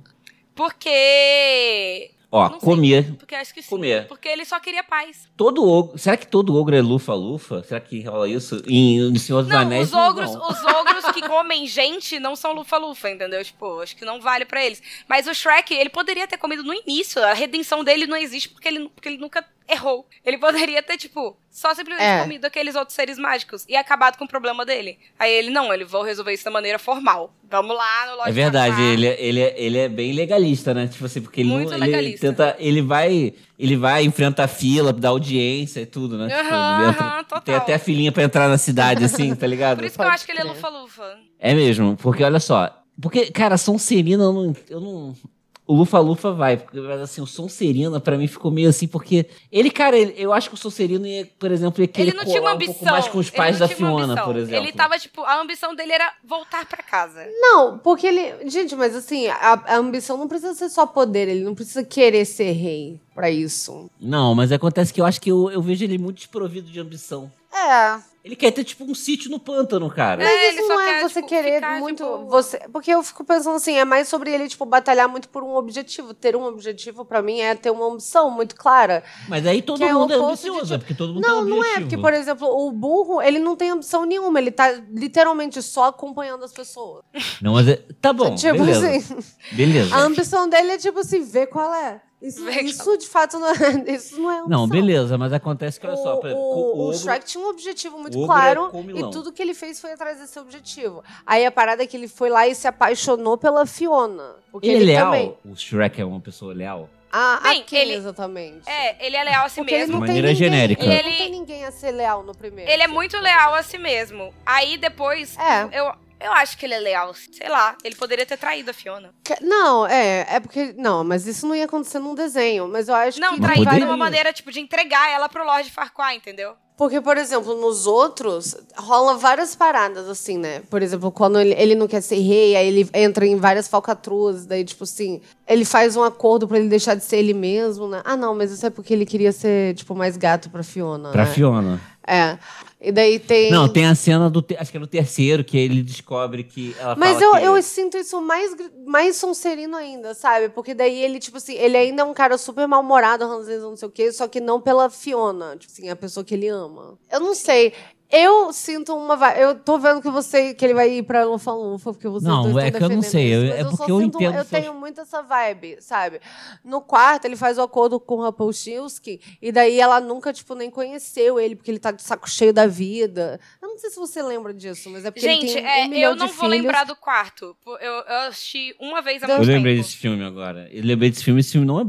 Porque... Ó, Não sei, comer. Porque acho que sim. Comer. Porque ele só queria paz. Todo ogro... Será que todo ogro é lufa-lufa? Será que rola isso? Em No Senhor dos Não, Anéis, os ogros, não. os ogros que comem gente não são lufa-lufa, entendeu? Tipo, acho que não vale pra eles. Mas o Shrek, ele poderia ter comido no início. A redenção dele não existe porque ele, porque ele nunca errou. Ele poderia ter, tipo, só simplesmente É. comido aqueles outros seres mágicos e acabado com o problema dele. Aí ele, não, ele vou resolver isso da maneira formal. Vamos lá no Lorde É verdade, Farquaad. ele, é- ele, é- ele é bem legalista, né? Tipo assim, porque ele, Muito não, ele legalista. tenta. Ele vai. Ele vai, enfrenta a fila, dá audiência e tudo, né? Tipo, Aham, ele entra- aham, total. Tem até a filinha pra entrar na cidade, assim, tá ligado? Por isso que eu Pode acho que ele é crer. lufa-lufa. É mesmo, porque olha só. Porque, cara, Sonserina, eu não. Eu não o Lufa-Lufa vai, porque, mas assim, o Sonserina pra mim ficou meio assim, porque ele, cara, ele- eu acho que o Sonserino ia, por exemplo, ia querer Ele não tinha uma colar um ambição. pouco mais com os Ele pais não da tinha uma Fiona, ambição. por exemplo. Ele tava, tipo, a ambição dele era voltar pra casa. Não, porque ele... Gente, mas assim, a, a ambição não precisa ser só poder. Ele não precisa querer ser rei pra isso. Não, mas acontece que eu acho que eu, eu vejo ele muito desprovido de ambição. É... Ele quer ter, tipo, um sítio no pântano, cara. É, Mas ele isso só não é quer, você tipo, querer ficar de muito. boa. Você, porque eu fico pensando assim, é mais sobre ele, tipo, batalhar muito por um objetivo. Ter um objetivo, pra mim, é ter uma ambição muito clara. Mas aí todo Que é o mundo é oposto de, ambicioso, tipo, é porque todo mundo Não, tem um não é, objetivo. porque, por exemplo, o burro, ele não tem ambição nenhuma. Ele tá literalmente só acompanhando as pessoas. Não, mas é... Tá bom, tipo beleza. assim, Beleza. a ambição dele é, tipo assim, ver qual é. Isso, Ver isso de fato, não é, isso não é ambição. Não, beleza, mas acontece que, olha só, O, por exemplo, o, o, o ogro- Shrek tinha um objetivo muito o ogro claro é comilão. e tudo que ele fez foi atrás desse objetivo. Aí a parada é que ele foi lá e se apaixonou pela Fiona. Porque ele é ele, leal? também. O Shrek é uma pessoa leal? A, Bem, a quem ele- exatamente? É, ele é leal a si Porque ele mesmo. não De tem maneira ninguém, genérica. Ele, Ele- não tem ninguém a ser leal no primeiro. Ele é muito leal a si mesmo. Aí depois, É. eu, eu acho que ele é leal. Sei lá, ele poderia ter traído a Fiona. Que- Não, é, é porque... Não, mas isso não ia acontecer num desenho. Mas eu acho Não, que... Mas traído de poderia. uma maneira, tipo, de entregar ela pro Lorde Farquaad, entendeu? Porque, por exemplo, nos outros, rola várias paradas, assim, né? Por exemplo, quando ele, ele não quer ser rei, aí ele entra em várias falcatruas, daí, tipo assim, ele faz um acordo pra ele deixar de ser ele mesmo, né? Ah, não, mas isso é porque ele queria ser, tipo, mais gato pra Fiona, Pra né? Fiona. É. E daí tem... Não, tem a cena do... te- Acho que é no terceiro, que ele descobre que ela Mas fala eu, que... eu sinto isso mais, gr- mais Sonserino ainda, sabe? Porque daí ele, tipo assim, ele ainda é um cara super mal-humorado, ranzinza, não sei o quê, só que não pela Fiona, tipo assim, a pessoa que ele ama. Eu não sei. Eu sinto uma... va- Eu tô vendo que você que ele vai ir pra Lufa-Lufa, porque vocês Não, dois é estão que eu não defendendo sei, isso, eu- mas é só porque eu sinto- entendo Eu suas- tenho muito essa vibe, sabe? No quarto, ele faz o acordo com o Rumpelstiltskin, e daí ela nunca, tipo, nem conheceu ele, porque ele tá de saco cheio da vida. Eu não sei se você lembra disso, mas é porque Gente, ele tem um é, milhão eu não de vou filhos. lembrar do quarto. Eu, eu assisti uma vez há Eu muito Eu lembrei tempo. desse filme agora. Eu lembrei desse filme, esse filme não é bom.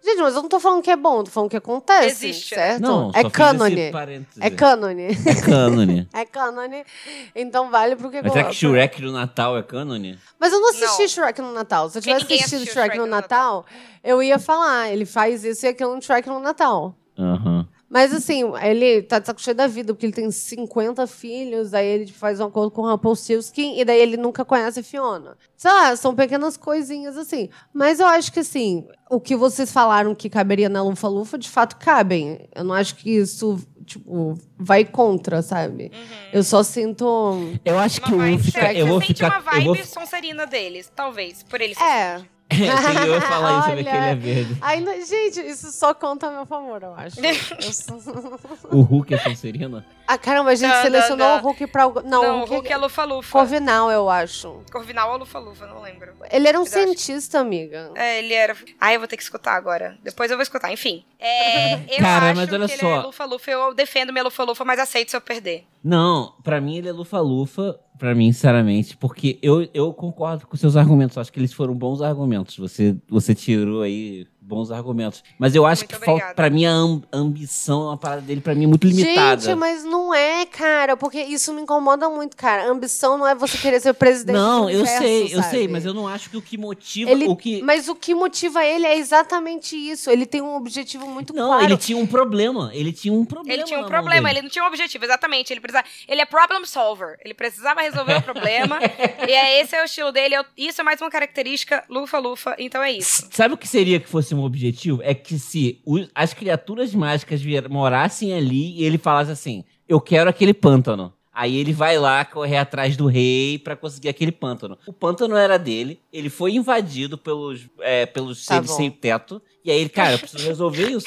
Gente, mas eu não tô falando que é bom, tô falando que acontece, Existe, certo? Não, é só fiz cânone. esse parêntese. É cânone. É cânone. É cânone. Então vale pro que Mas será que gosta. Shrek no Natal é cânone? Mas eu não assisti Não. Shrek no Natal. Se eu Porque tivesse ninguém assistido assistiu Shrek no Natal, eu ia falar. Ele faz isso e aquilo no Shrek no Natal. Aham. Mas assim, ele tá de saco cheio da vida, porque ele tem cinquenta filhos, aí ele faz um acordo com o Rumpelstiltskin, e daí ele nunca conhece a Fiona. Sei lá, são pequenas coisinhas assim. Mas eu acho que assim, o que vocês falaram que caberia na Lufa-Lufa, de fato cabem. Eu não acho que isso, tipo, vai contra, sabe? Uhum. Eu só sinto... Eu acho que Uma eu vou vibe, ficar. você Eu vou sente ficar. uma Eu vibe vou, Sonserina deles, talvez, por ele ser É... eu ia falar isso, saber que Olha. ele é verde. Ai, não- gente, isso só conta a meu favor, eu acho. Eu sou- O Hulk é Sonserina? Ah, caramba, a gente Não, selecionou não, o Hulk pra... algo- Não, Não, o o Hulk é Lufa-Lufa. Corvinal, eu acho. Corvinal ou Lufa-Lufa, não lembro. Ele era um Eu acho. cientista, amiga. É, ele era... Ah, eu vou ter que escutar agora. Depois eu vou escutar, enfim. É, eu Cara, acho mas olha que ele só. é Lufa-Lufa, eu defendo minha Lufa-Lufa, mas aceito se eu perder. Não, pra mim ele é Lufa-Lufa, pra mim, sinceramente, porque eu, eu concordo com seus argumentos. Acho que eles foram bons argumentos. Você, você tirou aí bons argumentos. Mas eu acho Muito que falta, obrigada. pra mim, a am- ambição, uma parada dele, pra mim, é muito limitada. Gente, mas não é, cara, porque isso me incomoda muito, cara. A ambição não é você querer ser presidente Não, do eu universo, sei, eu sabe? sei, mas eu não acho que o que motiva. Ele, o que... Mas o que motiva ele é exatamente isso. Ele tem um objetivo muito Não, claro. ele tinha um problema. Ele tinha um problema. Ele tinha um na mão problema, dele. ele não tinha um objetivo, exatamente. Ele precisava, ele é problem solver. Ele precisava resolver o problema. E é, esse é o estilo dele. eu- isso é mais uma característica Lufa-Lufa, então é isso. Sabe o que seria que fosse um objetivo? É que se os- as criaturas mágicas vier, morassem ali e ele falasse assim, eu quero aquele pântano. Aí ele vai lá correr atrás do rei pra conseguir aquele pântano. O pântano era dele, ele foi invadido pelos, é, pelos Tá seres bom. sem teto. E aí ele, cara, eu preciso resolver isso.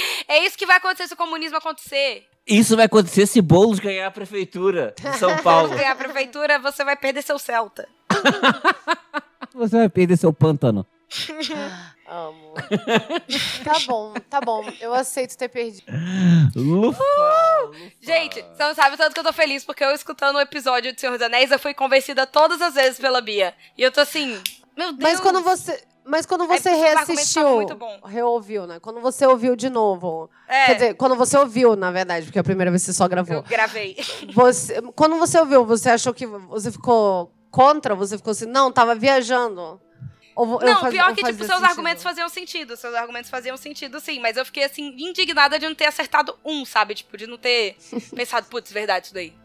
É isso que vai acontecer se o comunismo acontecer. Isso vai acontecer se Boulos ganhar a prefeitura de São Paulo. Se ganhar a prefeitura, você vai perder seu Celta. Você vai perder seu pântano. Amo. Tá bom, tá bom. Eu aceito ter perdido. Lufa, lufa. Gente, você não sabe o tanto que eu tô feliz, porque eu escutando o episódio de Senhor dos Anéis, eu fui convencida todas as vezes pela Bia. E eu tô assim, meu Deus. Mas quando você... Mas quando você porque seus argumentos estavam reassistiu, muito bom. reouviu, né? Quando você ouviu de novo. É. Quer dizer, quando você ouviu, na verdade, porque a primeira vez você só Eu gravou. gravei. Você, quando você ouviu, você achou que você ficou contra? Você ficou assim, não, tava viajando? Ou vo- eu Não, faz- pior ou que, fazia tipo, seus sentido? argumentos faziam sentido. Seus argumentos faziam sentido, sim. Mas eu fiquei, assim, indignada de não ter acertado um, sabe? Tipo, de não ter pensado, putz, verdade isso daí.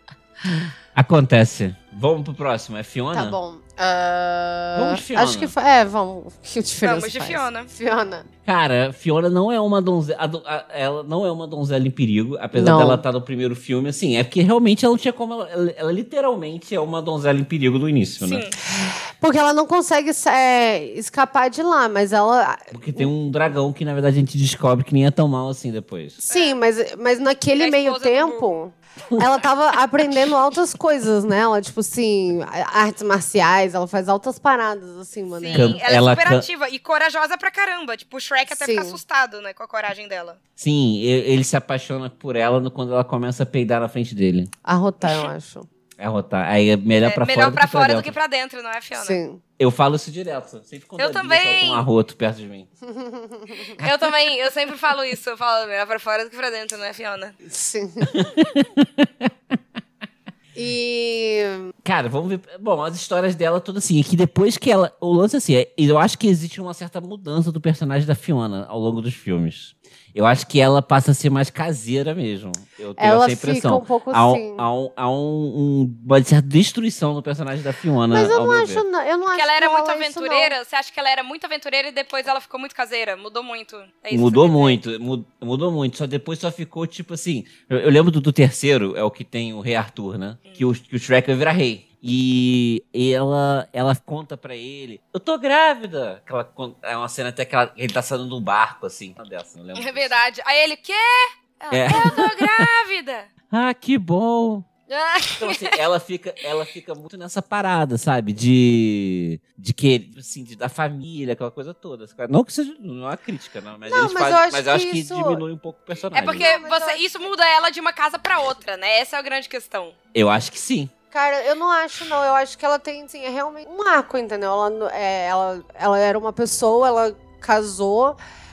Acontece. Vamos pro próximo. É Fiona? Tá bom. Ah, Vamos de Fiona. Acho que fa- é, vamos. Que diferença Vamos de faz? Fiona. Fiona. Cara, Fiona não é uma donzela. a do- a- Ela não é uma donzela em perigo, apesar Não. dela estar no primeiro filme. Assim, é porque realmente ela não tinha como. Ela, ela- ela literalmente é uma donzela em perigo do início, Sim. né? Porque ela não consegue é, escapar de lá, mas ela. Porque tem um dragão que, na verdade, a gente descobre que nem é tão mal assim depois. Sim, mas, mas naquele É a meio esposa do tempo, ela tava aprendendo altas coisas, né? Ela, tipo assim, artes marciais, ela faz altas paradas, assim, mano. Sim, Can- ela é ela super can- ativa e corajosa pra caramba. Tipo, o Shrek até Sim. fica assustado, né, com a coragem dela. Sim, e- ele se apaixona por ela no- quando ela começa a peidar na frente dele. Arrotar, eu acho. É rotar. Aí é melhor É pra melhor fora pra do que pra fora do dentro. que pra dentro, não é, Fiona? Sim. Eu falo isso direto. Sempre quando Eu a Bia também. solta um arroto perto de mim. Eu também, eu sempre falo isso. Eu falo melhor pra fora do que pra dentro, não é, Fiona? Sim. E. Cara, vamos ver. Bom, as histórias dela, tudo assim. É que depois que ela. O lance assim, é, eu acho que existe uma certa mudança do personagem da Fiona ao longo dos filmes. Eu acho que ela passa a ser mais caseira mesmo. Eu tenho Ela essa impressão. fica um pouco há, um- assim. Há, um, há um- um- uma certa destruição no personagem da Fiona. Mas eu ao não meu acho, ver. não. Eu não Porque acho ela era que muito rola isso, não. aventureira. Você acha que ela era muito aventureira e depois ela ficou muito caseira? Mudou muito. É isso Mudou que você quer muito, mu- mudou muito. Só depois só ficou tipo assim. Eu, eu lembro do, do terceiro, é o que tem o Rei Arthur, né? Que, o, que o Shrek vai virar rei. E, e ela, ela conta pra ele: eu tô grávida. Aquela, con- é uma cena até que ela- ele tá saindo do barco, assim. Uma dessa, não lembro. dizer. É verdade. Aí ele, quê? Ela, É. eu tô grávida. Ah, que bom. Ah, Então, assim, ela fica, ela fica muito nessa parada, sabe? De. De que, assim, de, da família, aquela coisa toda. Não que seja. Não é uma crítica, não. Mas, Não, eles mas fazem- eu acho mas eu acho que que isso- diminui um pouco o é personagem. porque Não, mas você, eu- isso muda ela de uma casa pra outra, né? Essa é a grande questão. Eu acho que sim. Cara, eu não acho, não. Eu acho que ela tem, assim, é realmente um arco, entendeu? Ela, é, ela, ela era uma pessoa, ela casou,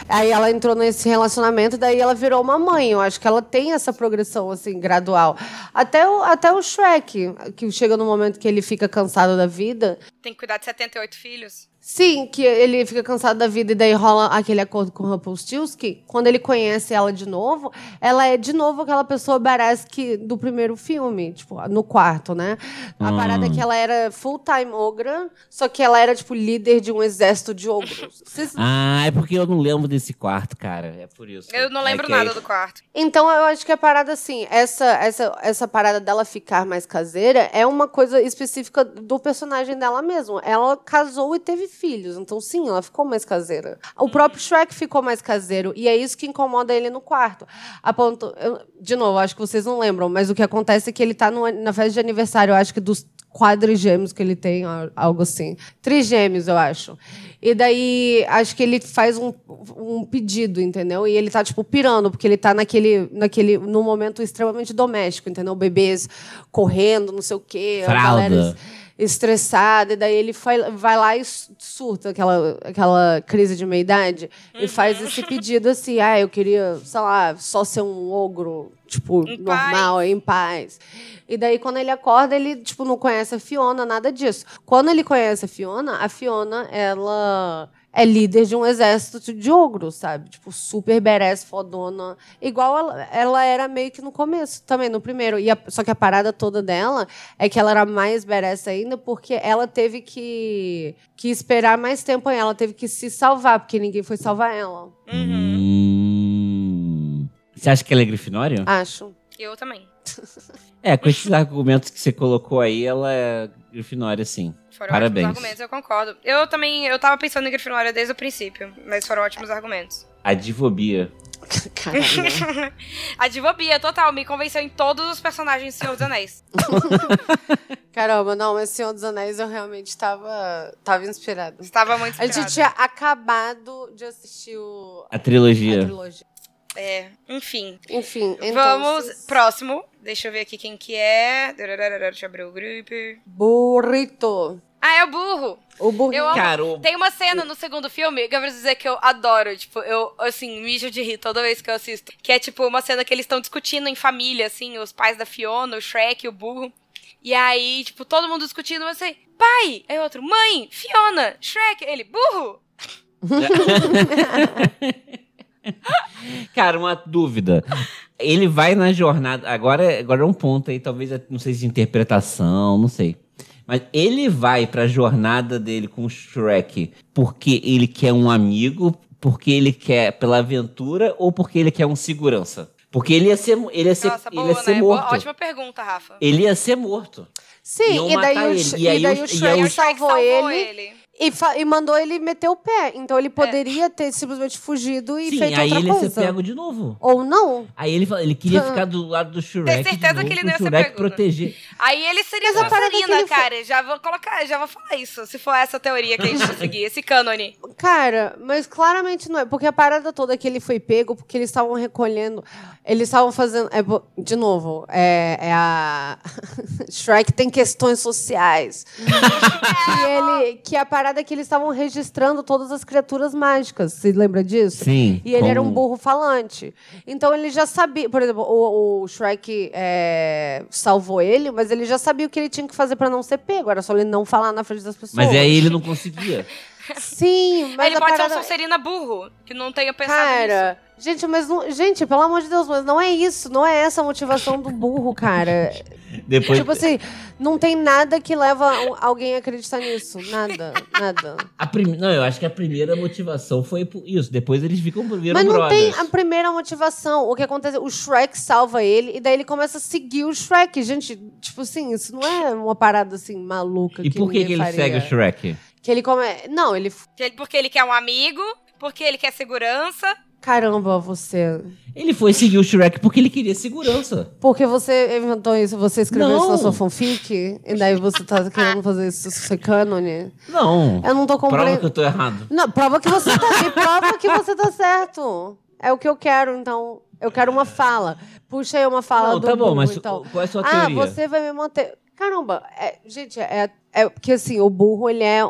Aí ela entrou nesse relacionamento, daí ela virou uma mãe. Eu acho que ela tem essa progressão, assim, gradual. Até o, até o Shrek, que chega no momento que ele fica cansado da vida. Tem que cuidar de setenta e oito filhos. Sim, que ele fica cansado da vida e daí rola aquele acordo com o Rumpelstiltskin. Quando ele conhece ela de novo, ela é de novo aquela pessoa badass que do primeiro filme, tipo, no quarto, né? A Hum. parada é que ela era full-time ogra, só que ela era, tipo, líder de um exército de ogros. Vocês- Ah, é porque eu não lembro desse quarto, cara. É por isso. Eu não É lembro que nada aí- do quarto. Então, eu acho que a parada, assim, essa, essa, essa parada dela ficar mais caseira é uma coisa específica do personagem dela mesmo. Ela casou e teve filhos, então, sim, ela ficou mais caseira. O próprio Shrek ficou mais caseiro, e é isso que incomoda ele no quarto. A ponto, eu- de novo, acho que vocês não lembram, mas o que acontece é que ele tá no- na festa de aniversário, eu acho que dos quadrigêmeos que ele tem, ó, algo assim. Trigêmeos, eu acho. E daí, acho que ele faz um, um pedido, entendeu? E ele tá, tipo, pirando, porque ele tá naquele, naquele, num momento extremamente doméstico, entendeu? Bebês correndo, não sei o quê. a Fralda. galera estressada, e daí ele vai, vai lá e surta aquela, aquela crise de meia-idade e faz esse pedido assim, ah, eu queria, sei lá, só ser um ogro, tipo, Em normal, em paz. E daí, quando ele acorda, ele, tipo, não conhece a Fiona, nada disso. Quando ele conhece a Fiona, a Fiona, ela é líder de um exército de ogros, sabe? Tipo, super badass, fodona. Igual ela, ela era meio que no começo, também, no primeiro. E a- só que a parada toda dela é que ela era mais badass ainda porque ela teve que, que esperar mais tempo em ela. Ela teve que se salvar, porque ninguém foi salvar ela. Hum. Você acha que ela é Grifinória? Acho. Eu também. É, com esses argumentos que você colocou aí, ela é Grifinória, sim. Foram Parabéns. ótimos argumentos, eu concordo. Eu também, eu tava pensando em Grifinória desde o princípio, mas foram ótimos argumentos. A Divobia. Caralho. A Divobia, total, me convenceu em todos os personagens do Senhor dos Anéis. Caramba, não, mas Senhor dos Anéis eu realmente tava, tava inspirada. Estava muito A inspirada. gente tinha acabado de assistir o, A trilogia. a trilogia. É, enfim. Enfim, então... Vamos, próximo. Deixa eu ver aqui quem que é. Deixa eu abrir o grupo. Burrito. Ah, é o burro. O burrito. Eu amo. Cara, o- Tem uma cena no segundo filme que eu preciso dizer que eu adoro. Tipo, eu, assim, mijo de rir toda vez que eu assisto. Que é, tipo, uma cena que eles estão discutindo em família, assim, os pais da Fiona, o Shrek, o burro. E aí, tipo, todo mundo discutindo, mas assim, pai! Aí outro, mãe, Fiona, Shrek, ele, burro! Cara, uma dúvida. Ele vai na jornada. Agora, agora é um ponto aí, talvez, não sei se de interpretação, não sei. Mas ele vai pra jornada dele com o Shrek porque ele quer um amigo, porque ele quer pela aventura ou porque ele quer um segurança? Porque ele ia ser, ele ia ser, Nossa, ele boa, ia ser né? morto. Boa, ótima pergunta, Rafa. Ele ia ser morto. Sim, Iam e daí, matar o, ele. Sh- E aí e daí o- o e Shrek aí o Shrek salvou, ele, ele. E, fa- e mandou ele meter o pé. Então ele poderia ter simplesmente fugido e Sim, feito aí outra ele ia coisa. ser pego de novo. Ou não. Aí ele, fala- ele queria Ah. ficar do lado do Shrek. Tem certeza de novo, que ele pro não ia ser Shrek pego. proteger. Aí ele seria Mas a parada que Sonserina, ele foi- cara. Já vou colocar, já vou falar isso. Se for essa teoria que a gente conseguir, esse cânone. Cara, mas claramente não é. Porque a parada toda é que ele foi pego, porque eles estavam recolhendo. Eles estavam fazendo. É, bo- de novo, é, é a. Shrek tem questões sociais. que, ele, que a parada é que eles estavam registrando todas as criaturas mágicas. Você lembra disso? Sim. E ele era um como- burro falante. Então ele já sabia. Por exemplo, o, o Shrek é, salvou ele, mas ele já sabia o que ele tinha que fazer pra não ser pego. Era só ele não falar na frente das pessoas. Mas aí ele não conseguia. Sim, mas ele a pode parada... ser um Sonserina burro, que não tenha pensado Cara, gente, mas não, gente, pelo amor de Deus, mas não é isso, não é essa a motivação do burro, cara. Depois, Tipo assim, não tem nada que leva um- alguém a acreditar nisso, nada, nada. a prim... Não, eu acho que a primeira motivação foi por isso. Depois eles ficam viram Mas não brothers. tem a primeira motivação. O que acontece, o Shrek salva ele e daí ele começa a seguir o Shrek, gente. Tipo assim, isso não é uma parada assim maluca. E por que, ninguém que ele faria. segue o Shrek? Que ele come, não, ele nisso. Ele- Porque ele quer um amigo, porque ele quer segurança. caramba, você. Ele foi seguir o Shrek porque ele queria segurança. Porque você inventou isso, você escreveu Não. isso na sua fanfic? E daí você tá querendo fazer isso ser cânone? Não. Eu não tô Prova que compreendendo. eu tô errado. Não, prova que você tá. Me prova que você tá certo. É o que eu quero, então. Eu quero uma fala. Puxa aí uma fala Não, do tá bom, burro, mas então. qual é a sua Ah, teoria? você vai me manter. Caramba, é, gente, é, é porque assim, o burro ele é uma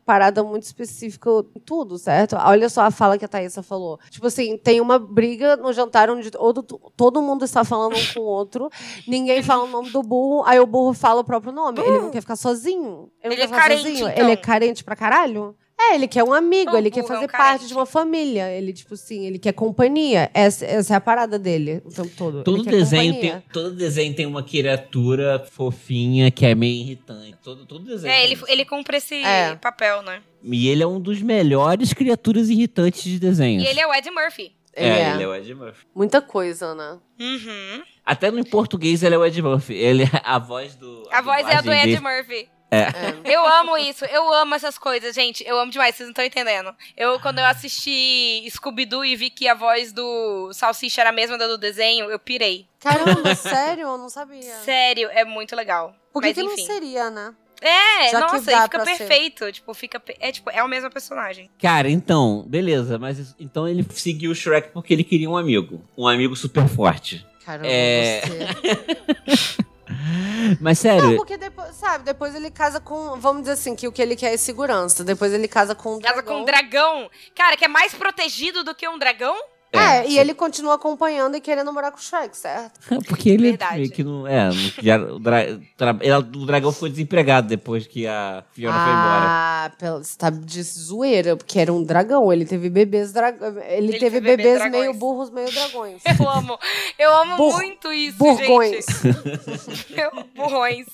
parada muito específica em tudo, certo? Olha só a fala que a Thaísa falou. Tipo assim, tem uma briga no jantar onde todo, todo mundo está falando um com o outro, ninguém fala o nome do burro, aí o burro fala o próprio nome. Ele não quer ficar sozinho. Ele, Ele não quer é ficar carente, sozinho. então. Ele é carente pra caralho? É, ele quer um amigo, O ele quer burro é um fazer carente. parte de uma família. Ele, tipo assim, ele quer companhia. Essa, essa é a parada dele o tempo todo. Todo ele quer desenho, companhia. tem, todo desenho tem uma criatura fofinha que é meio irritante. Todo, todo desenho. É, tem ele, isso. ele cumpre esse É. papel, né? E ele é um dos melhores criaturas irritantes de desenhos. E ele é o Ed Murphy. Ele é, é. ele é o Ed Murphy. Muita coisa, né? Uhum. Até no em português ele é o Ed Murphy. Ele, a voz do. A voz é a do dublagem Ed dele- Murphy. É. Eu amo isso, eu amo essas coisas, gente. Eu amo demais, vocês não estão entendendo. Eu, quando eu assisti Scooby-Doo e vi que a voz do Salsicha era a mesma da do desenho, eu pirei. Caramba, sério? Eu não sabia. Sério, é muito legal. Por que, Mas que não enfim. seria, né? É, Já que nossa, dá e fica pra ser. perfeito. Tipo, fica. pe- É, tipo, é o mesmo personagem. Cara, então, beleza, mas isso- então ele seguiu o Shrek porque ele queria um amigo. Um amigo super forte. Caramba, É. você. Mas sério, Não, porque depois, sabe, depois ele casa com. Vamos dizer assim, que o que ele quer é segurança. Depois ele casa com um Casa dragão. com um dragão. Cara, que é mais protegido do que um dragão? É, É, e sim. ele continua acompanhando e querendo morar com o Shrek, certo? porque ele Verdade. meio que não. É, não- já, o, dra, tra- ela- o dragão foi desempregado depois que a Fiona foi embora. Ah, pelo- você tá de zoeira, porque era um dragão. Ele teve bebês dragão. Ele, Ele teve teve bebês bebês dragões. meio burros, meio dragões. Eu amo. Eu amo Bur- muito isso, Burgões. gente. Eu- Burrões.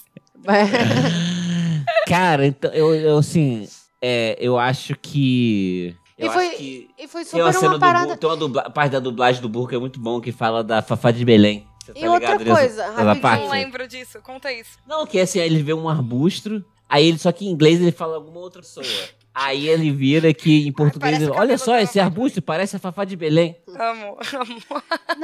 Cara, então, eu, eu assim, é, eu acho que. Eu E foi- acho que. E foi Tem uma super cena uma do parada. burro, tem uma dubla, parte da dublagem do burro que é muito bom, que fala da Fafá de Belém. Você tá E outra ligado nessa- coisa, nessa rapidinho. parte? Não lembro disso. Conta isso. Não, que é assim, ele vê um arbusto, aí ele, só que em inglês ele fala alguma outra pessoa. Aí ele vira que em português, parece ele, o olha cabelo só, dela. esse arbusto parece a Fafá de Belém. Amo, amo.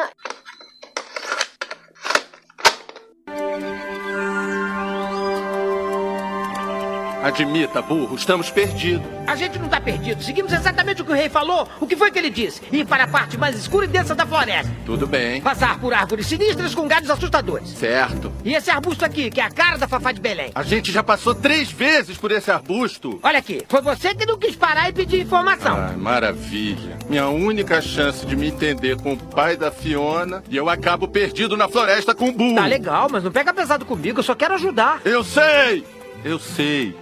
Admita, burro, estamos perdidos. A gente não tá perdido. Seguimos exatamente o que o rei falou. O que foi que ele disse? Ir para a parte mais escura e densa da floresta. Tudo bem. Passar por árvores sinistras com galhos assustadores. Certo. E esse arbusto aqui, que é a cara da Fafá de Belém. A gente já passou três vezes por esse arbusto. Olha aqui, foi você que não quis parar e pedir informação. Ah, maravilha. Minha única chance de me entender com o pai da Fiona e eu acabo perdido na floresta com o burro. Tá legal, mas não pega pesado comigo, eu só quero ajudar. Eu sei! Eu sei.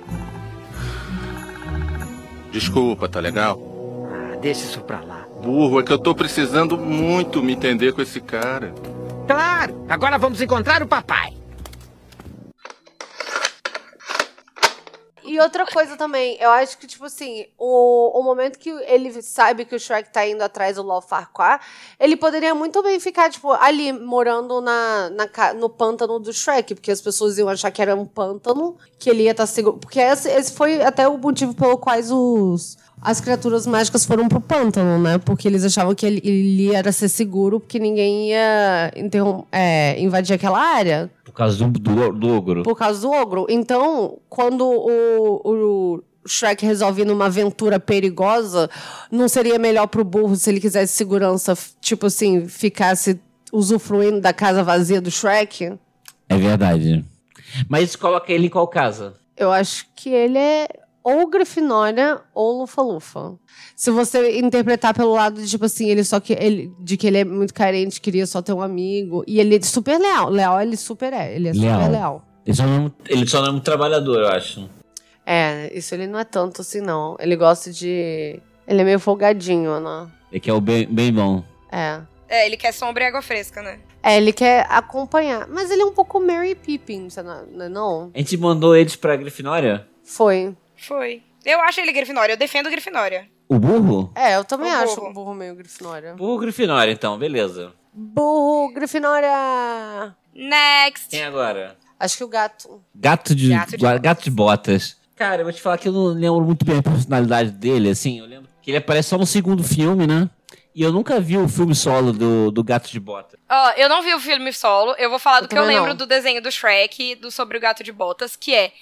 Desculpa, tá legal? Ah, deixa isso pra lá. Burro, é que eu tô precisando muito me entender com esse cara. Claro, agora vamos encontrar o papai. E outra coisa também, eu acho que, tipo assim, o, o momento que ele sabe que o Shrek tá indo atrás do Lord Farquaad, ele poderia muito bem ficar, tipo, ali, morando na, na, ca- no pântano do Shrek, porque as pessoas iam achar que era um pântano, que ele ia estar seguro. Porque esse, esse foi até o motivo pelo qual os, as criaturas mágicas foram pro pântano, né? Porque eles achavam que ele, ele era ser seguro, porque ninguém ia interrom- é, invadir aquela área. Por causa do, do, do ogro. Por causa do ogro. Então, quando o, o Shrek resolve ir numa aventura perigosa, não seria melhor pro burro, se ele quisesse segurança, tipo assim, ficasse usufruindo da casa vazia do Shrek? É verdade. Mas isso coloca ele em qual casa? Eu acho que ele é ou Grifinória ou Lufa-Lufa. Se você interpretar pelo lado de, tipo assim, ele só que ele, de que ele é muito carente, queria só ter um amigo. E ele é super leal. Leal ele super é. Ele é Leal. super leal. Ele só, não, ele só não é muito trabalhador, eu acho. É, isso ele não é tanto assim, não. Ele gosta de... Ele é meio folgadinho, né? Ele que é o bem, bem bom. É. É, ele quer sombra e água fresca, né? É, ele quer acompanhar. Mas ele é um pouco Mary Poppins, não é não? A gente mandou eles pra Grifinória? Foi. Foi. Eu acho ele Grifinória, eu defendo Grifinória. O burro? É, eu também O acho burro. o burro meio Grifinória. Burro Grifinória, então, beleza. Burro, Grifinória! Next! Quem agora? Acho que o gato. Gato de, Gato de gato de botas. Cara, eu vou te falar que eu não lembro muito bem a personalidade dele, assim. Eu lembro que ele aparece só no segundo filme, né? E eu nunca vi o filme solo do, do Gato de Botas. Ó, eu não vi o filme solo, eu vou falar do Eu que eu também lembro não. do desenho do Shrek, do Sobre o Gato de Botas, que é,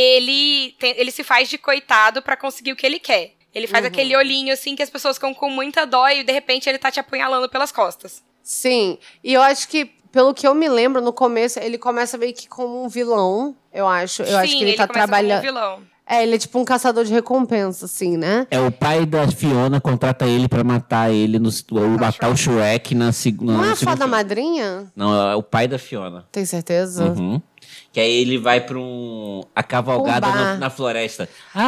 ele, tem- ele se faz de coitado pra conseguir o que ele quer. Ele faz Uhum. aquele olhinho, assim, que as pessoas ficam com muita dó e, de repente, ele tá te apunhalando pelas costas. Sim, e eu acho que, pelo que eu me lembro, no começo, ele começa meio que como um vilão, eu acho. Eu Sim, acho que ele, tá começa como um trabalhando. vilão. É, ele é tipo um caçador de recompensa, assim, né? É, o pai da Fiona contrata ele pra matar ele, no, ou matar o Shrek na segunda... Não é a fada madrinha? Não, é o pai da Fiona. Tem certeza? Uhum. Que aí ele vai pra um... a cavalgada Um bar. na, na floresta.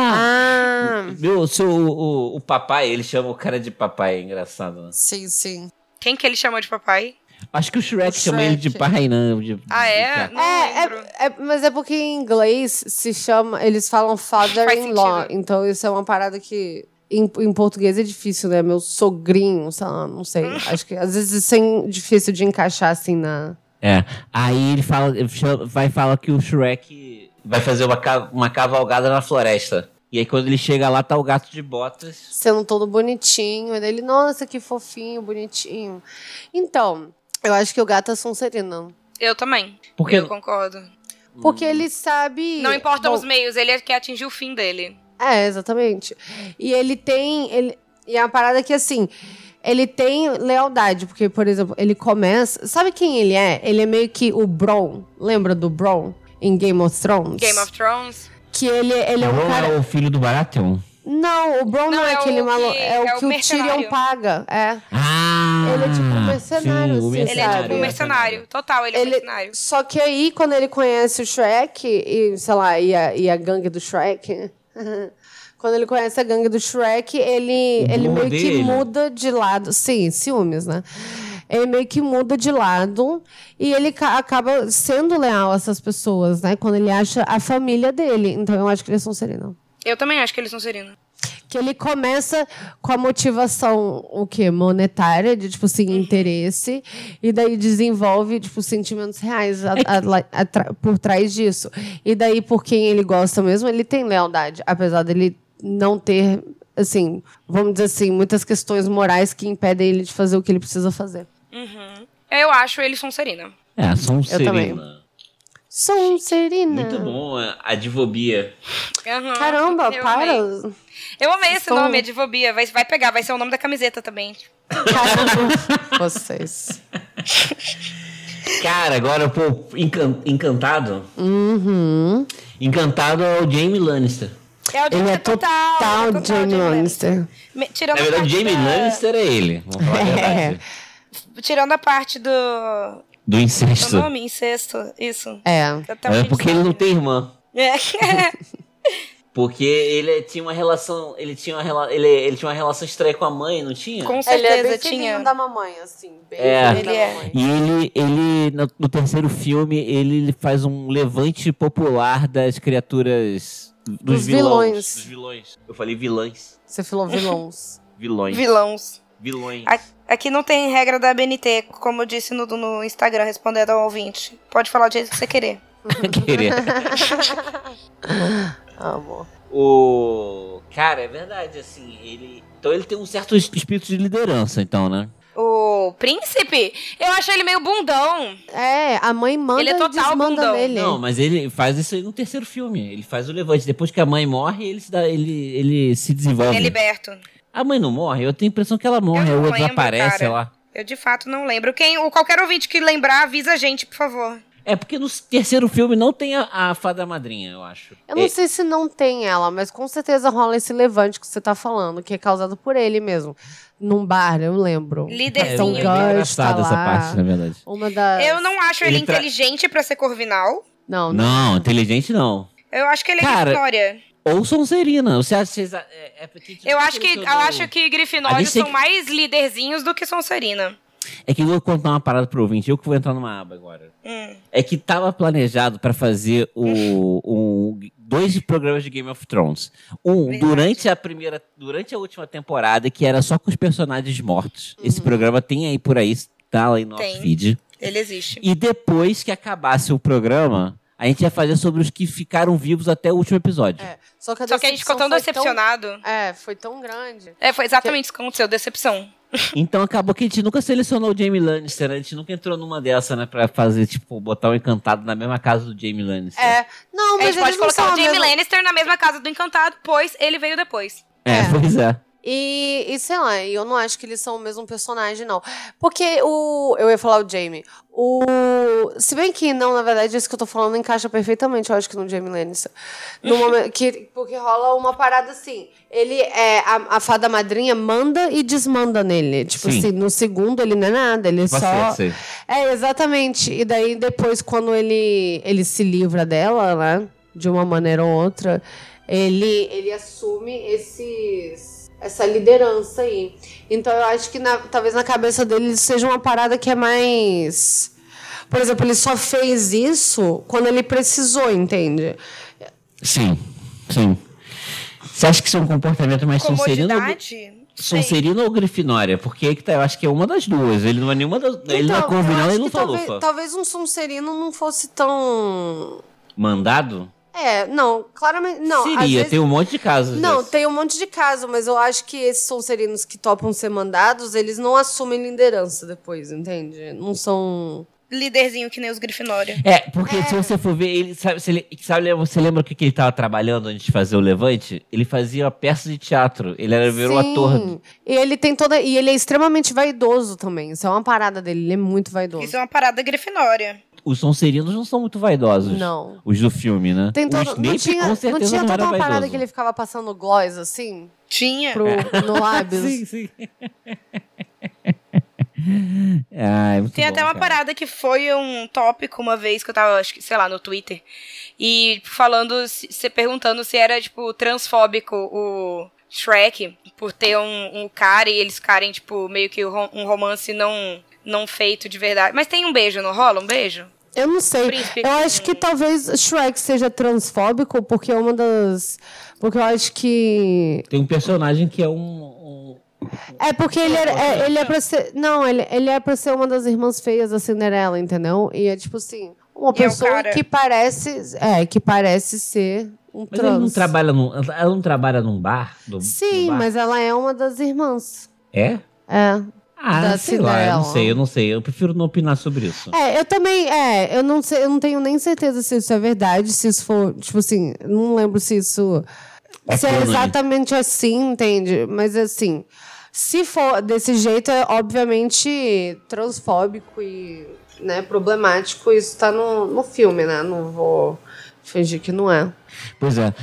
Ah, Ah, meu, o, seu, o, o papai, ele chama o cara de papai, é engraçado, né? sim, sim. Quem que ele chamou de papai? Acho que o Shrek O chama Shrek. ele de pai, não. De, Ah, é? de cara. Não É, lembro. é, é, mas é porque em inglês se chama... Eles falam father-in-law. sentido. Então isso é uma parada que... Em, em português é difícil, né? Meu sogrinho, sei lá, não sei. Acho que às vezes isso é difícil de encaixar assim na... É, aí ele fala, ele chama- vai falar que o Shrek vai fazer uma, ca- uma cavalgada na floresta. E aí quando ele chega lá, tá o gato de botas. Sendo todo bonitinho. E daí ele, nossa, que fofinho, bonitinho. Então, eu acho que o gato é Sonserina. Eu também. Porque- Eu concordo. Porque ele sabe... Não importa Bom, os meios, ele quer atingir o fim dele. É, exatamente. E ele tem... Ele, e é uma parada que, assim... Ele tem lealdade, porque, por exemplo, ele começa... Sabe quem ele é? Ele é meio que o Bron. Lembra do Bron? Em Game of Thrones? Game of Thrones. Que ele, ele é um Ron cara... é o filho do Baratheon? Não, o Bron não, Não, é é aquele o maluco. que- É o é o que o mercenário. Tyrion paga. É. Ah! Ele é tipo um mercenário, sim, o assim, Ele é sabe? tipo um mercenário. Total, ele é um Ele, mercenário. só que aí, quando ele conhece o Shrek, e, sei lá, e a, e a gangue do Shrek... Quando ele conhece a gangue do Shrek, ele, ele meio que dele. muda de lado. Sim, ciúmes, né? Ele meio que muda de lado e ele ca- acaba sendo leal a essas pessoas, né? Quando ele acha a família dele. Então, eu acho que eles são Sonserina. Eu também acho que eles são Serena. Que ele começa com a motivação, o quê? Monetária, de, tipo assim, interesse. E daí desenvolve, tipo, sentimentos reais a- a- lá- atra- por trás disso. E daí, por quem ele gosta mesmo, ele tem lealdade. Apesar dele não ter, assim, vamos dizer assim, muitas questões morais que impedem ele de fazer o que ele precisa fazer. Uhum. Eu acho eles são Serena. É, são também. Serena. Sonserina. Muito bom, a advobia. Uhum. Caramba, eu para. Amei. Eu amei esse São- nome, Advobia. Vai, vai pegar, vai ser o nome da camiseta também. Caramba. Vocês. Cara, agora, pô, encan- encantado. Uhum. Encantado é o Jamie Lannister. É o Ele é total, total, é total Jamie Lannister. Me- Tirando Na a verdade, parte Jamie da- Lannister é ele. Vamos falar a verdade. Tirando a parte do... Do O incesto. nome? Incesto. Isso. É. Até É onde porque a gente ele não sabe. tem irmã. É. Porque ele tinha uma relação. Ele tinha uma, rela- ele, ele tinha uma relação estranha com a mãe, não tinha? Com Ele é certeza bem tinha. filhinho da mamãe, assim. Bem É. filhinho da Ele é. mamãe. E ele, ele no, no terceiro filme, ele, ele faz um levante popular das criaturas. Dos, Dos vilões. vilões. Dos vilões. Eu falei vilãs. Você falou vilões. Vilões. Vilãos. Vilões. A- Aqui não tem regra da B N T, como eu disse no, no Instagram, respondendo ao ouvinte. Pode falar do jeito que você querer. Querer. Amor. O. Cara, é verdade, assim, ele. Então ele tem um certo espírito de liderança, então, né? O príncipe, eu acho ele meio bundão. É, a mãe manda Ele é e total desmanda bundão. nele. Não, mas ele faz isso aí no terceiro filme. Ele faz o levante. Depois que a mãe morre, ele se, dá, ele, ele se desenvolve. É liberto. A mãe não morre? Eu tenho a impressão que ela morre. Eu Ou não ela lembro, desaparece, cara. sei lá. Eu de fato não lembro. Quem, ou qualquer ouvinte que lembrar, avisa a gente, por favor. É porque no terceiro filme não tem a, a fada madrinha, eu acho. Eu não É, sei se não tem ela, mas com certeza rola esse levante que você tá falando, que é causado por ele mesmo. Num bar, eu lembro. é, Líderzinho. é bem Gus engraçado tá essa lá. parte, na verdade. Uma das... Eu não acho ele, Ele tra- inteligente pra ser Corvinal. Não, não. Não, inteligente não. Eu acho que ele é Cara, Grifinória. Ou Sonserina. Você acha vocês- é, é porque, tipo, Eu acho que, eu selecionou- acho que A Grifinórios gente tem são que- mais líderzinhos do que Sonserina. É que eu vou contar uma parada pro ouvinte. Eu que vou entrar numa aba agora. Hum. É que tava planejado pra fazer o, o- dois programas de Game of Thrones. Um Verdade. durante a primeira, durante a última temporada, que era só com os personagens mortos. Esse programa tem aí por aí, tá lá em nosso Tem. feed. Ele existe. E depois que acabasse o programa, a gente ia fazer sobre os que ficaram vivos até o último episódio. É. Só que a Só que a gente ficou tão decepção foi decepcionado. É, foi tão grande. É, foi exatamente isso que aconteceu, decepção. Então acabou que a gente nunca selecionou o Jamie Lannister, a gente nunca entrou numa dessa, né, pra fazer, tipo, botar o Encantado na mesma casa do Jamie Lannister. É. Não, A mas gente pode eles não colocar são o a Jaime mesma- Lannister na mesma casa do Encantado, pois ele veio depois. É, É. pois é. E, e sei lá, eu não acho que eles são o mesmo personagem, não. Porque o... Eu ia falar o Jaime. O... Se bem que não, na verdade, isso que eu tô falando encaixa perfeitamente, eu acho que no Jaime Lannister. No momento que, porque rola uma parada assim. Ele é... A, a fada madrinha manda e desmanda nele. Tipo Sim. assim, no segundo ele não é nada, ele Você, só... você. É, exatamente. E daí, depois, quando ele, ele se livra dela, né? De uma maneira ou outra, ele, ele assume esses... essa liderança aí. Então eu acho que na, talvez na cabeça dele seja uma parada que é mais... Por exemplo, ele só fez isso quando ele precisou, entende? Sim, sim. Você acha que isso é um comportamento mais Sonserino? Comodidade? Sonserino ou Grifinória? Porque aí que tá, eu acho que é uma das duas. Ele não é nenhuma das... ele não é Então, eu Corvinal acho e não que falou. talvez, talvez um Sonserino não fosse tão... Mandado? É, não, claramente... Não, às Seria, vezes... tem um monte de casos. Não, desses. tem um monte de casos, mas eu acho que esses Sonserinos que topam ser mandados, eles não assumem liderança depois, entende? Não são... Líderzinho que nem os Grifinória. É, porque se você for ver, ele sabe, se ele, sabe, você lembra o que, que ele estava trabalhando antes de fazer o Levante? Ele fazia peça de teatro, ele era ver o ator. E ele tem toda. E ele é extremamente vaidoso também. Isso é uma parada dele, ele é muito vaidoso. Isso é uma parada Grifinória. Os Sonserinos não são muito vaidosos. Não. Os do filme, né? Tem todo, o não Snape, tinha, com certeza, não tinha não toda era uma vaidoso. parada que ele ficava passando gloss, assim? Tinha. Pro, no lábios. Sim, sim. Ai, muito Tem bom, até uma cara. parada que foi um tópico uma vez que eu tava, acho que, sei lá, no Twitter. E falando, se perguntando se era, tipo, transfóbico o Shrek por ter um, um cara e eles ficarem, tipo, meio que um romance não, não feito de verdade. Mas tem um beijo, não rola? Um beijo? Eu não sei. Príncipe Eu acho que talvez Shrek seja transfóbico, porque é uma das. Porque eu acho que. Tem um personagem que é um... um... É porque ele é, é, ele é pra ser. Não, ele, ele é pra ser uma das irmãs feias da Cinderela, entendeu? E é tipo assim, uma E é o pessoa cara. que parece. É, que parece ser um Mas trans. ele não trabalha num... Ela não trabalha num bar? Do, Sim, num bar? mas ela é uma das irmãs. É? É. Ah, Da sei lá, eu não Cinderela. sei, eu não sei. Eu prefiro não opinar sobre isso. É, eu também, é, eu não sei, eu não tenho nem certeza se isso é verdade, se isso for, tipo assim, eu não lembro se isso É se é cânone. exatamente assim, entende? Mas assim, se for desse jeito, é obviamente transfóbico e, né, problemático, isso tá no, no filme, né? Não vou fingir que não é. Pois é,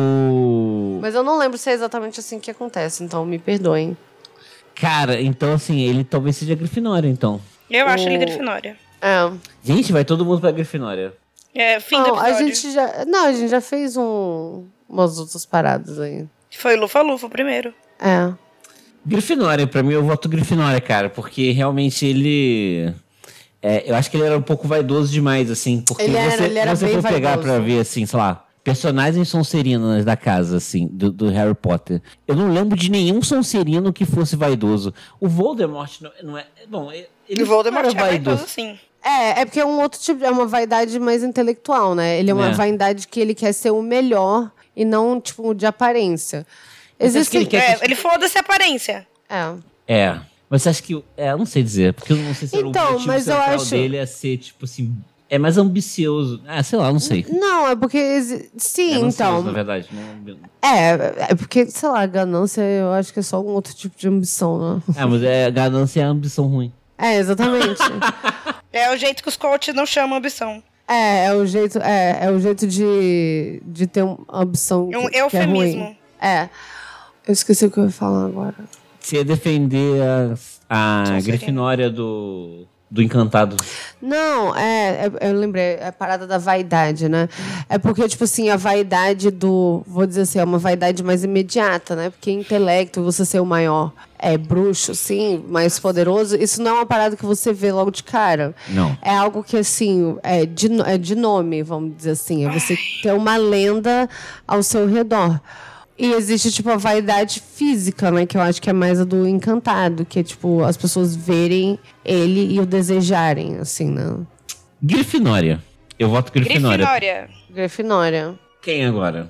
o... Mas eu não lembro se é exatamente assim que acontece, então me perdoem. Cara, então assim, ele talvez seja Grifinória, então. Eu acho O- ele Grifinória. É. Gente, vai todo mundo pra Grifinória. É, fim do Não, a episódio. gente já, não, a gente já fez um, umas outras paradas aí. Foi Lufa-Lufa primeiro. É. Grifinória, pra mim eu voto Grifinória, cara, porque realmente ele... é, eu acho que ele era um pouco vaidoso demais, assim, porque Ele era, você, ele era você bem for pegar vaidoso. pra ver, assim, sei lá, personagens Sonserinas da casa, assim, do, do Harry Potter. Eu não lembro de nenhum Sonserino que fosse vaidoso. O Voldemort não, não é... Bom, ele E o Voldemort não é era vaidoso, sim. É, é porque é um outro tipo, é uma vaidade mais intelectual, né? Ele é uma É. vaidade que ele quer ser o melhor e não, tipo, de aparência. Mas acho que Existem... ele quer- É, ele foda-se a aparência. É. É. Mas você acha que... É, eu não sei dizer, porque eu não sei se era Então, o objetivo mas eu central acho- dele é ser, tipo assim... É mais ambicioso. Ah, sei lá, não sei. Não, é porque... exi- Sim, É ansioso, então... na verdade. Não... É, é porque, sei lá, ganância eu acho que é só um outro tipo de ambição, né? Ah, mas é ganância é ambição ruim. É, exatamente. É o jeito que os coaches não chamam ambição. é, é o jeito, é, é o jeito de, de ter uma ambição que, É um que é eufemismo. ruim. É. Eu esqueci o que eu ia falar agora. Você ia defender a, a Sonserina. Grifinória do, do Encantado. Não, é, é- eu lembrei, é a parada da vaidade, né? É porque, tipo assim, a vaidade do, vou dizer assim, é uma vaidade mais imediata, né? Porque intelecto, você ser o maior é, bruxo, assim, mais poderoso, isso não é uma parada que você vê logo de cara. Não. É algo que, assim, é de, no- é de nome, vamos dizer assim. É você ter uma lenda ao seu redor. E existe, tipo, a vaidade física, né? Que eu acho que é mais a do Encantado. Que é, tipo, as pessoas verem ele e o desejarem, assim, né? Grifinória. Eu voto Grifinória. Grifinória. Grifinória. Quem agora?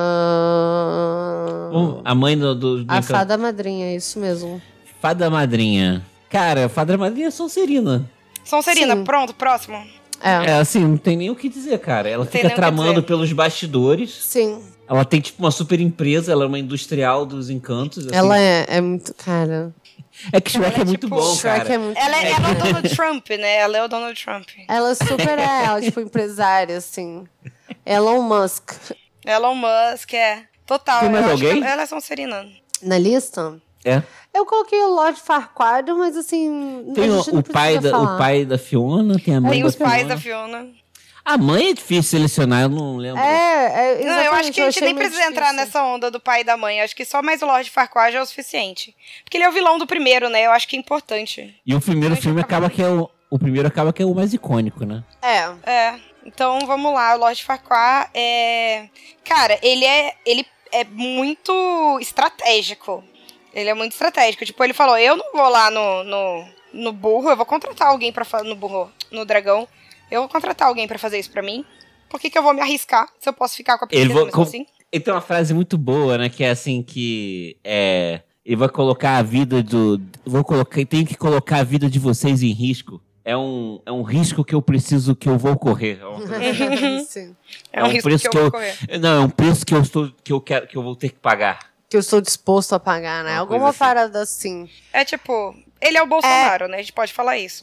Ah, Bom, a mãe do, do, do a Encan- fada madrinha, é isso mesmo. Fada Madrinha. Cara, Fada Madrinha é Sonserina. Sonserina, Sim. pronto, próximo. É, É assim, não tem nem o que dizer, cara. Ela tem fica nem o que tramando dizer. pelos bastidores. sim. Ela tem, tipo, uma super empresa, ela é uma industrial dos encantos. Assim. Ela é, é muito... Cara... É que Shrek é, é muito tipo, bom, Shrek cara. É muito ela, bom. ela é o Donald Trump, né? Ela é o Donald Trump. Ela super é, ela é, tipo, empresária, assim. Elon Musk. Elon Musk, é. Total. Tem mais eu acho alguém? que ela é Sonserina. Na lista? É. Eu coloquei o Lord Farquaad, mas assim... Tem a o, gente não o, pai precisa da, falar. o pai da Fiona, tem a mãe Tem da os pais Fiona. da Fiona. A mãe é difícil selecionar, eu não lembro. É, é Não, eu acho que a gente achei nem muito precisa entrar difícil. nessa onda do pai e da mãe. Eu acho que só mais o Lord Farquaad é o suficiente. Porque ele é o vilão do primeiro, né? Eu acho que é importante. E o primeiro Mas filme já tava acaba que é o... O primeiro acaba que é o mais icônico, né? É. É. Então, vamos lá. O Lord Farquaad é... Cara, ele é, ele é muito estratégico. Ele é muito estratégico. Tipo, ele falou, eu não vou lá no, no, no burro, eu vou contratar alguém pra fazer... No burro, no dragão. Eu vou contratar alguém pra fazer isso pra mim. Por que que eu vou me arriscar se eu posso ficar com a princesa Ele, vou, mesmo com, assim? ele tem uma frase muito boa, né? Que é assim que... É, ele vai colocar a vida do... Vou colocar, tenho que colocar a vida de vocês em risco. É um, é um risco que eu preciso, que eu vou correr. É, uma coisa... Sim. É um, risco preço que eu vou que correr. eu, Não, é um preço que eu, estou, que eu, quero, que eu vou ter que pagar. Que eu estou disposto a pagar, né? Uma Alguma coisa assim. parada assim. É tipo, ele é o Bolsonaro, né? A gente pode falar isso.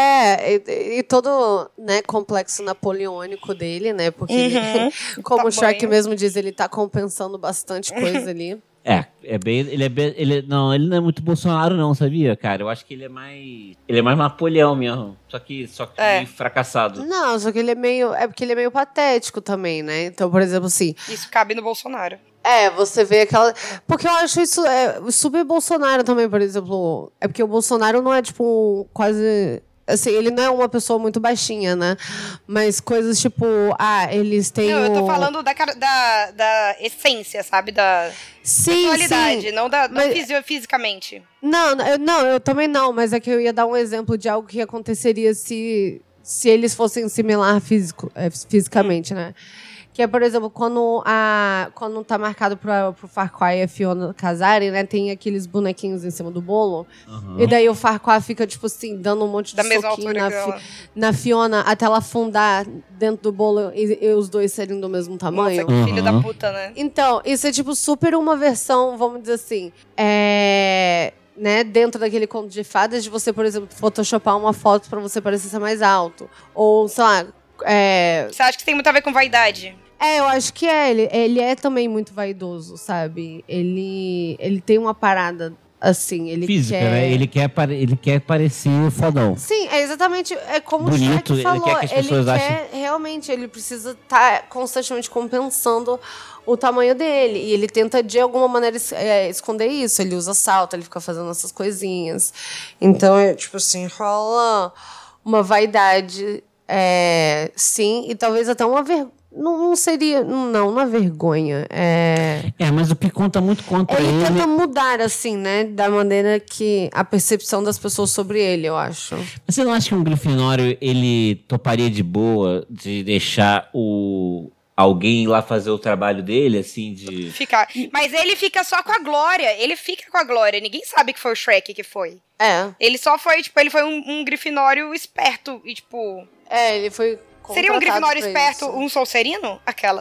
É, e, e todo, né, complexo napoleônico dele, né? Porque, Uhum. como o Shrek Tamanho. mesmo diz, ele tá compensando bastante coisa ali. É, é bem, ele é bem, ele é- não, ele não é muito Bolsonaro não, sabia, cara? Eu acho que ele é mais, ele é mais Napoleão mesmo, só que, só que É. meio fracassado. Não, só que ele é meio... É porque ele é meio patético também, né? Então, por exemplo, assim... Isso cabe no Bolsonaro. É, você vê aquela... Porque eu acho isso é, super Bolsonaro também, por exemplo. É porque o Bolsonaro não é, tipo, um, quase... Assim, ele não é uma pessoa muito baixinha, né? Mas coisas tipo... Ah, eles têm Não, eu tô o- falando da, cara- da, da essência, sabe? Da Sim, personalidade, sim. não, da, não Mas- fisi- fisicamente. Não, eu, não, eu também não. Mas é que eu ia dar um exemplo de algo que aconteceria se, se eles fossem similar físico, é, fisicamente, né? Que é, por exemplo, quando, a, quando tá marcado pra, pro Farquaad e a Fiona casarem, né? Tem aqueles bonequinhos em cima do bolo. Uhum. E daí o Farquaad fica, tipo assim, dando um monte de Da mesma soquinho altura na, que Fi- ela. na Fiona até ela afundar dentro do bolo e, e os dois serem do mesmo tamanho. Nossa, que filho Uhum. da puta, né? Então, isso é tipo super uma versão, vamos dizer assim, é, né, dentro daquele conto de fadas, de você, por exemplo, photoshopar uma foto pra você parecer ser mais alto. Ou, sei lá, é, Você acha que tem muito a ver com vaidade? é, eu acho que é. Ele, ele é também muito vaidoso, sabe? Ele, ele tem uma parada assim. Ele Física, quer... né? Ele quer, pare- ele quer parecer fodão. Sim, é exatamente. É como Bonito, o ele Shrek falou. quer que as pessoas quer, achem- realmente, ele precisa estar constantemente compensando o tamanho dele. E ele tenta, de alguma maneira, es- é, esconder isso. Ele usa salto, ele fica fazendo essas coisinhas. Então, é tipo assim, rola uma vaidade, é, sim, e talvez até uma vergonha. Não, não seria. Não, não é vergonha. É. É, mas o que conta muito contra Ele ele... tenta mudar, assim, né? Da maneira que. A percepção das pessoas sobre ele, eu acho. Você não acha que um Grifinório, ele toparia de boa de deixar o... alguém lá fazer o trabalho dele, assim, de... Ficar. Mas ele fica só com a Glória. Ele fica com a Glória. Ninguém sabe que foi o Shrek que foi. É. Ele só foi, tipo, ele foi um, um Grifinório esperto e, tipo... É, ele foi. Seria um contratado Grifinório pra esperto, isso. um Sonserino? Aquelas.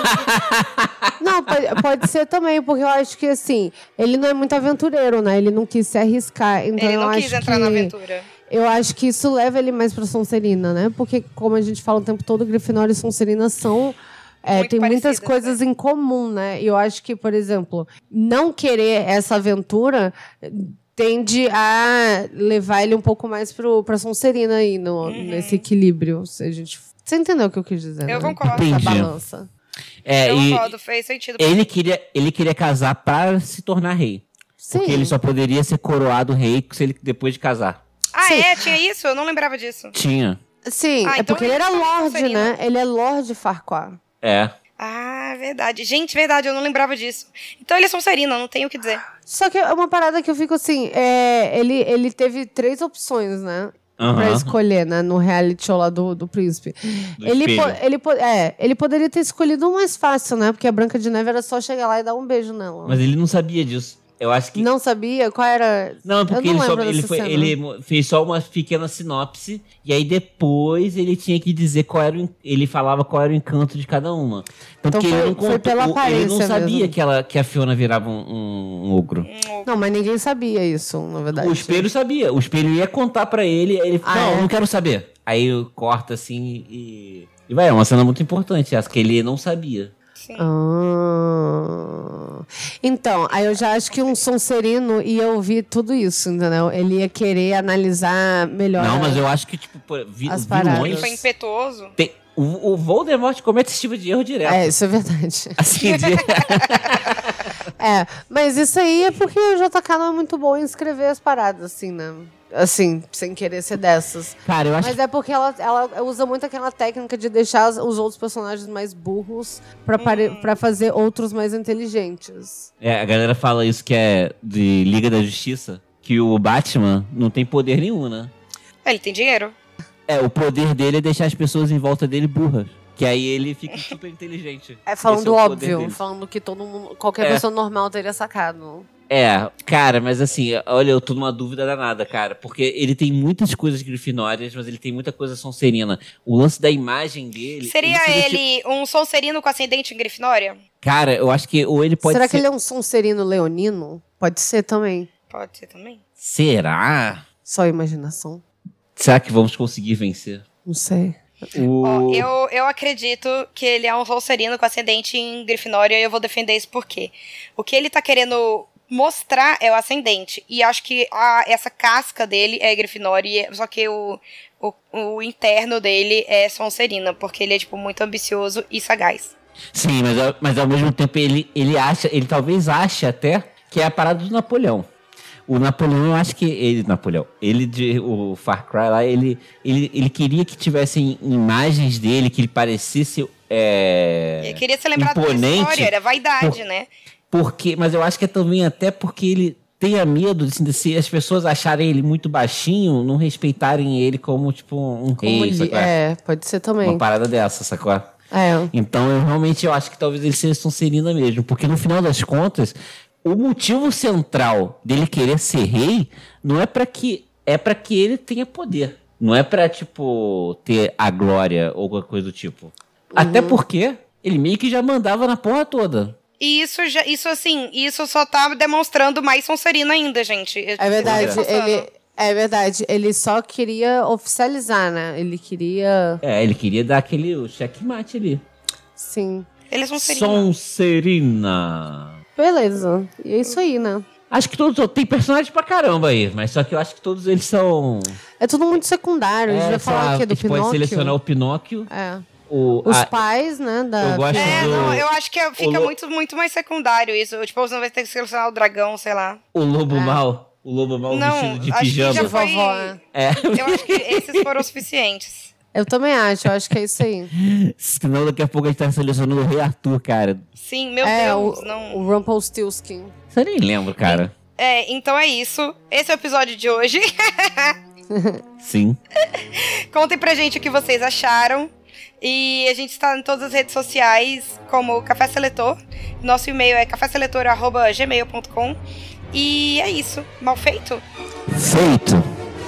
Não, pode, pode ser também, porque eu acho que, assim, ele não é muito aventureiro, né? Ele não quis se arriscar. Então Ele eu não acho quis entrar que, na aventura. Eu acho que isso leva ele mais pra Sonserina, né? Porque, como a gente fala o tempo todo, Grifinório e Sonserina são... É, Muito tem muitas parecidas, coisas em comum, né? E eu acho que, por exemplo, não querer essa aventura tende a levar ele um pouco mais pro, pra Sonserina aí, no, Uhum. nesse equilíbrio. Se a gente... Você entendeu o que eu quis dizer, Eu né? concordo. Essa Entendi. balança. É, Eu e concordo, fez sentido. pra ele mim. queria, ele queria casar para se tornar rei. Sim. Porque ele só poderia ser coroado rei se ele, depois de casar. Ah, Sim. é? Tinha isso? Eu não lembrava disso. Tinha. Sim, Ah, é então porque ele ele era é Lorde, Sonserina. né? Ele é Lorde Farquaad. É. Ah, verdade. Gente, verdade, eu não lembrava disso. Então ele é Sonserina, não tenho o que dizer. Só que é uma parada que eu fico assim, é, ele, ele teve três opções, né? Aham. Pra escolher, né? No reality show lá do, do príncipe. Do ele, espelho. po- ele, po- é, ele poderia ter escolhido o mais fácil, né? Porque a Branca de Neve era só chegar lá e dar um beijo nela. Mas ele não sabia disso. Eu acho que... Não sabia? Qual era? Não, porque Eu não ele, só, lembro ele, dessa foi, cena. ele fez só uma pequena sinopse, e aí depois ele tinha que dizer qual era o, en- ele falava qual era o encanto de cada uma. Tanto Então que foi- ele não foi contou, pela o- ele não aparência sabia mesmo. que, ela, que a Fiona virava um, um- um ogro. Não, mas ninguém sabia isso, na verdade. O espelho sabia, o espelho ia contar pra ele, aí ele falou, Ah, não, é? não quero saber. Aí corta assim e... E vai, é uma cena muito importante, essa que ele não sabia. Sim. Ah. Então, aí eu já acho que um Sonserino ia ouvir tudo isso, entendeu? Ele ia querer analisar melhor. Não, mas eu acho que, tipo, pô, vi, As paradas. Ele vilões... foi impetuoso. Tem, o, o Voldemort comete esse tipo de erro direto. É, isso é verdade. Assim, de... É, mas isso aí é porque o J K não é muito bom em escrever as paradas, assim, né? Assim, sem querer ser dessas. Cara, eu acho Mas é porque ela, ela usa muito aquela técnica de deixar os os outros personagens mais burros pra, pare- pra fazer outros mais inteligentes. É, a galera fala isso que é de Liga da Justiça, que o Batman não tem poder nenhum, né? Ele tem dinheiro. É, o poder dele é deixar as pessoas em volta dele burras. Que aí ele fica super inteligente. É falando Esse é o poder óbvio, dele. falando que todo mundo, qualquer É. pessoa normal teria sacado. É, cara, mas assim, olha, eu tô numa dúvida danada, cara. Porque ele tem muitas coisas grifinórias, mas ele tem muita coisa sonserina. O lance da imagem dele... Seria seria tipo- ele um Sonserino com ascendente em Grifinória? Cara, eu acho que ou ele pode Será ser... que ele é um Sonserino leonino? Pode ser também. Pode ser também. Será? Só imaginação. Será que vamos conseguir vencer? Não sei. O... Ó, eu, eu acredito que ele é um Sonserino com ascendente em Grifinória e eu vou defender isso por quê? O que ele tá querendo mostrar é o ascendente. E acho que a, essa casca dele é Grifinória, só que o, o, o interno dele é Sonserina, porque ele é, tipo, muito ambicioso e sagaz. Sim, mas, ao- mas ao mesmo tempo ele, ele acha, ele talvez ache até que é a parada do Napoleão. O Napoleão, eu acho que ele, Napoleão, ele de o Far Cry lá, ele, ele, ele queria que tivessem imagens dele, que ele parecesse é, Ele queria ser lembrado da imponente, história, era vaidade, por- né? porque, mas eu acho que é também até porque ele tenha medo assim, de se as pessoas acharem ele muito baixinho, não respeitarem ele como tipo um Como rei, li- sacou? é, pode ser também. Uma parada dessa, sacou? É. Então, eu realmente eu acho que talvez ele seja Sonserina mesmo. Porque no final das contas, o motivo central dele querer ser rei não é pra que... É pra que ele tenha poder. Não é pra, tipo, ter a glória ou qualquer coisa do tipo. Até porque ele meio que já mandava na porra toda. E isso, já, isso assim, isso só tá demonstrando mais Sonserina ainda, gente. É verdade, Reforçando. ele... É verdade, ele só queria oficializar, né? Ele queria... É, ele queria dar aquele o checkmate ali. Sim. Ele é Sonserina. Sonserina. Beleza. E é isso aí, né? Acho que todos... Tem personagens pra caramba aí, mas só que eu acho que todos eles são... É tudo muito secundário. A gente É, vai falar sei lá, aqui do a gente pode Pinóquio. selecionar o Pinóquio. É. O, Os a- pais, né? Da eu gosto É, do- não, eu acho que fica lo- muito, muito mais secundário isso. Tipo, você não vai ter que selecionar o dragão, sei lá. o lobo É. mal. O lobo mal Não, vestido de acho que pijama. já De foi... vovó, né? É. Eu acho que esses foram suficientes. Eu também acho, eu acho que é isso aí. Senão daqui a pouco a gente tá selecionando o Rei Arthur, cara. Sim, meu é, Deus, o, não... o Rumpelstiltskin. Você nem lembra, cara. É, então é isso. Esse é o episódio de hoje. Sim. Contem pra gente o que vocês acharam. E a gente está em todas as redes sociais como Café Seletor. Nosso e-mail é café seletor arroba gmail ponto com. E é isso. Mal feito? Feito.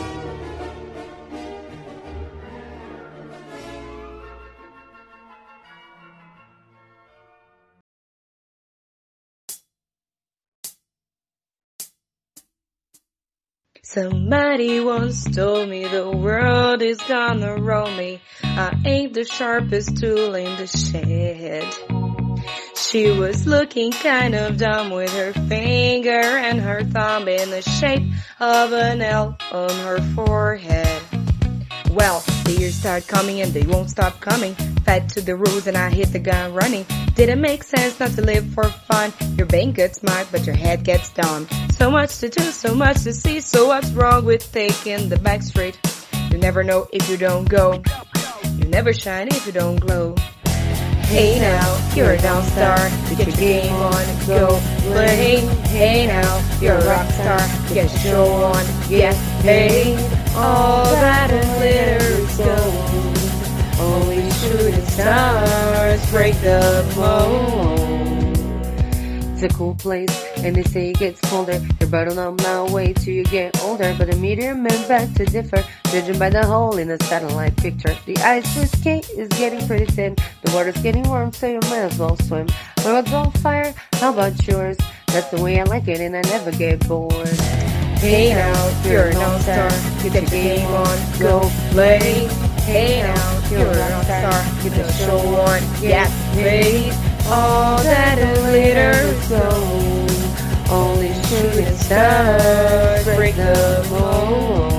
Somebody once told me the world is gonna roll me. I ain't the sharpest tool in the shed. She was looking kind of dumb with her finger and her thumb in the shape of an L on her forehead. Well, the years start coming and they won't stop coming. Fed to the rules and I hit the gun running. Didn't make sense not to live for fun. Your brain gets smart but your head gets dumb. So much to do, so much to see. So what's wrong with taking the back street? You never know if you don't go. You never shine if you don't glow. Hey now, you're a down star. Get your game on, go play. Hey now, you're a rock star. Get your show on, get paid. All that glitters gold. Only shooting stars break the mold. It's a cool place And they say it gets colder. You're burning on my way till you get older. But the meteor men back to differ, judging by the hole in the satellite picture. The ice we skate is getting pretty thin. The water's getting warm, so you might as well swim. My road's on fire, how about yours? That's the way I like it, and I never get bored. Hey now, you're an all-star. Get your game on, go play. Hey now, you're an all-star. Get the show on, get paid. All that glitters gold. Only shooting stars break the mold.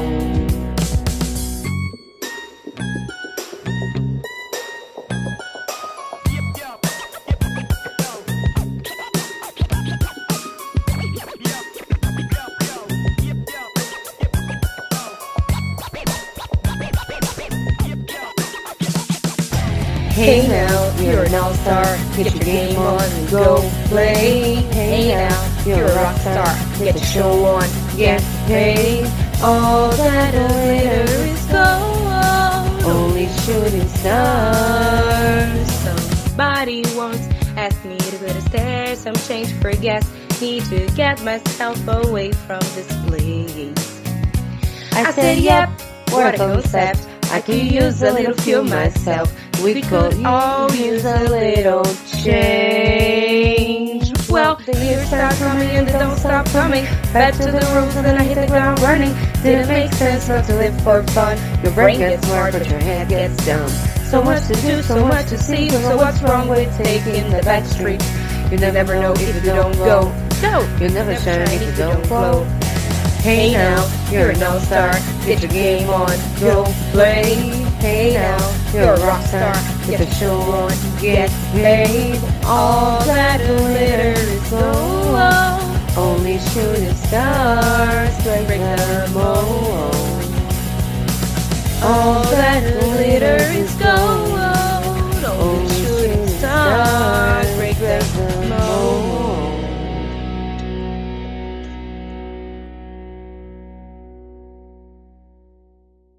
Hey now, you're an all-star. Get your game on and go play. Hey now, you're a rock star. Get your show on, get paid. All that glitters is gold. Only shooting stars. Somebody once asked me to go to stairs, some change for gas. Need to get myself away from this place. I said, yep, what a concept. I could use a little fuel myself. We could all use a little change. Well, the years start coming and they don't stop coming. Back to the rules and then I hit the ground running. Didn't make sense not to live for fun. Your brain gets smart but your head gets dumb. So much to do, so much to see. So what's wrong with taking the back streets? You never know if you don't go. No, you never shine if you don't glow. Hey now, you're an all-star. Get your game on, go play. Hey now, you're a rock star. Get the show on, get paid. All that glitters is gold. Only shooting stars.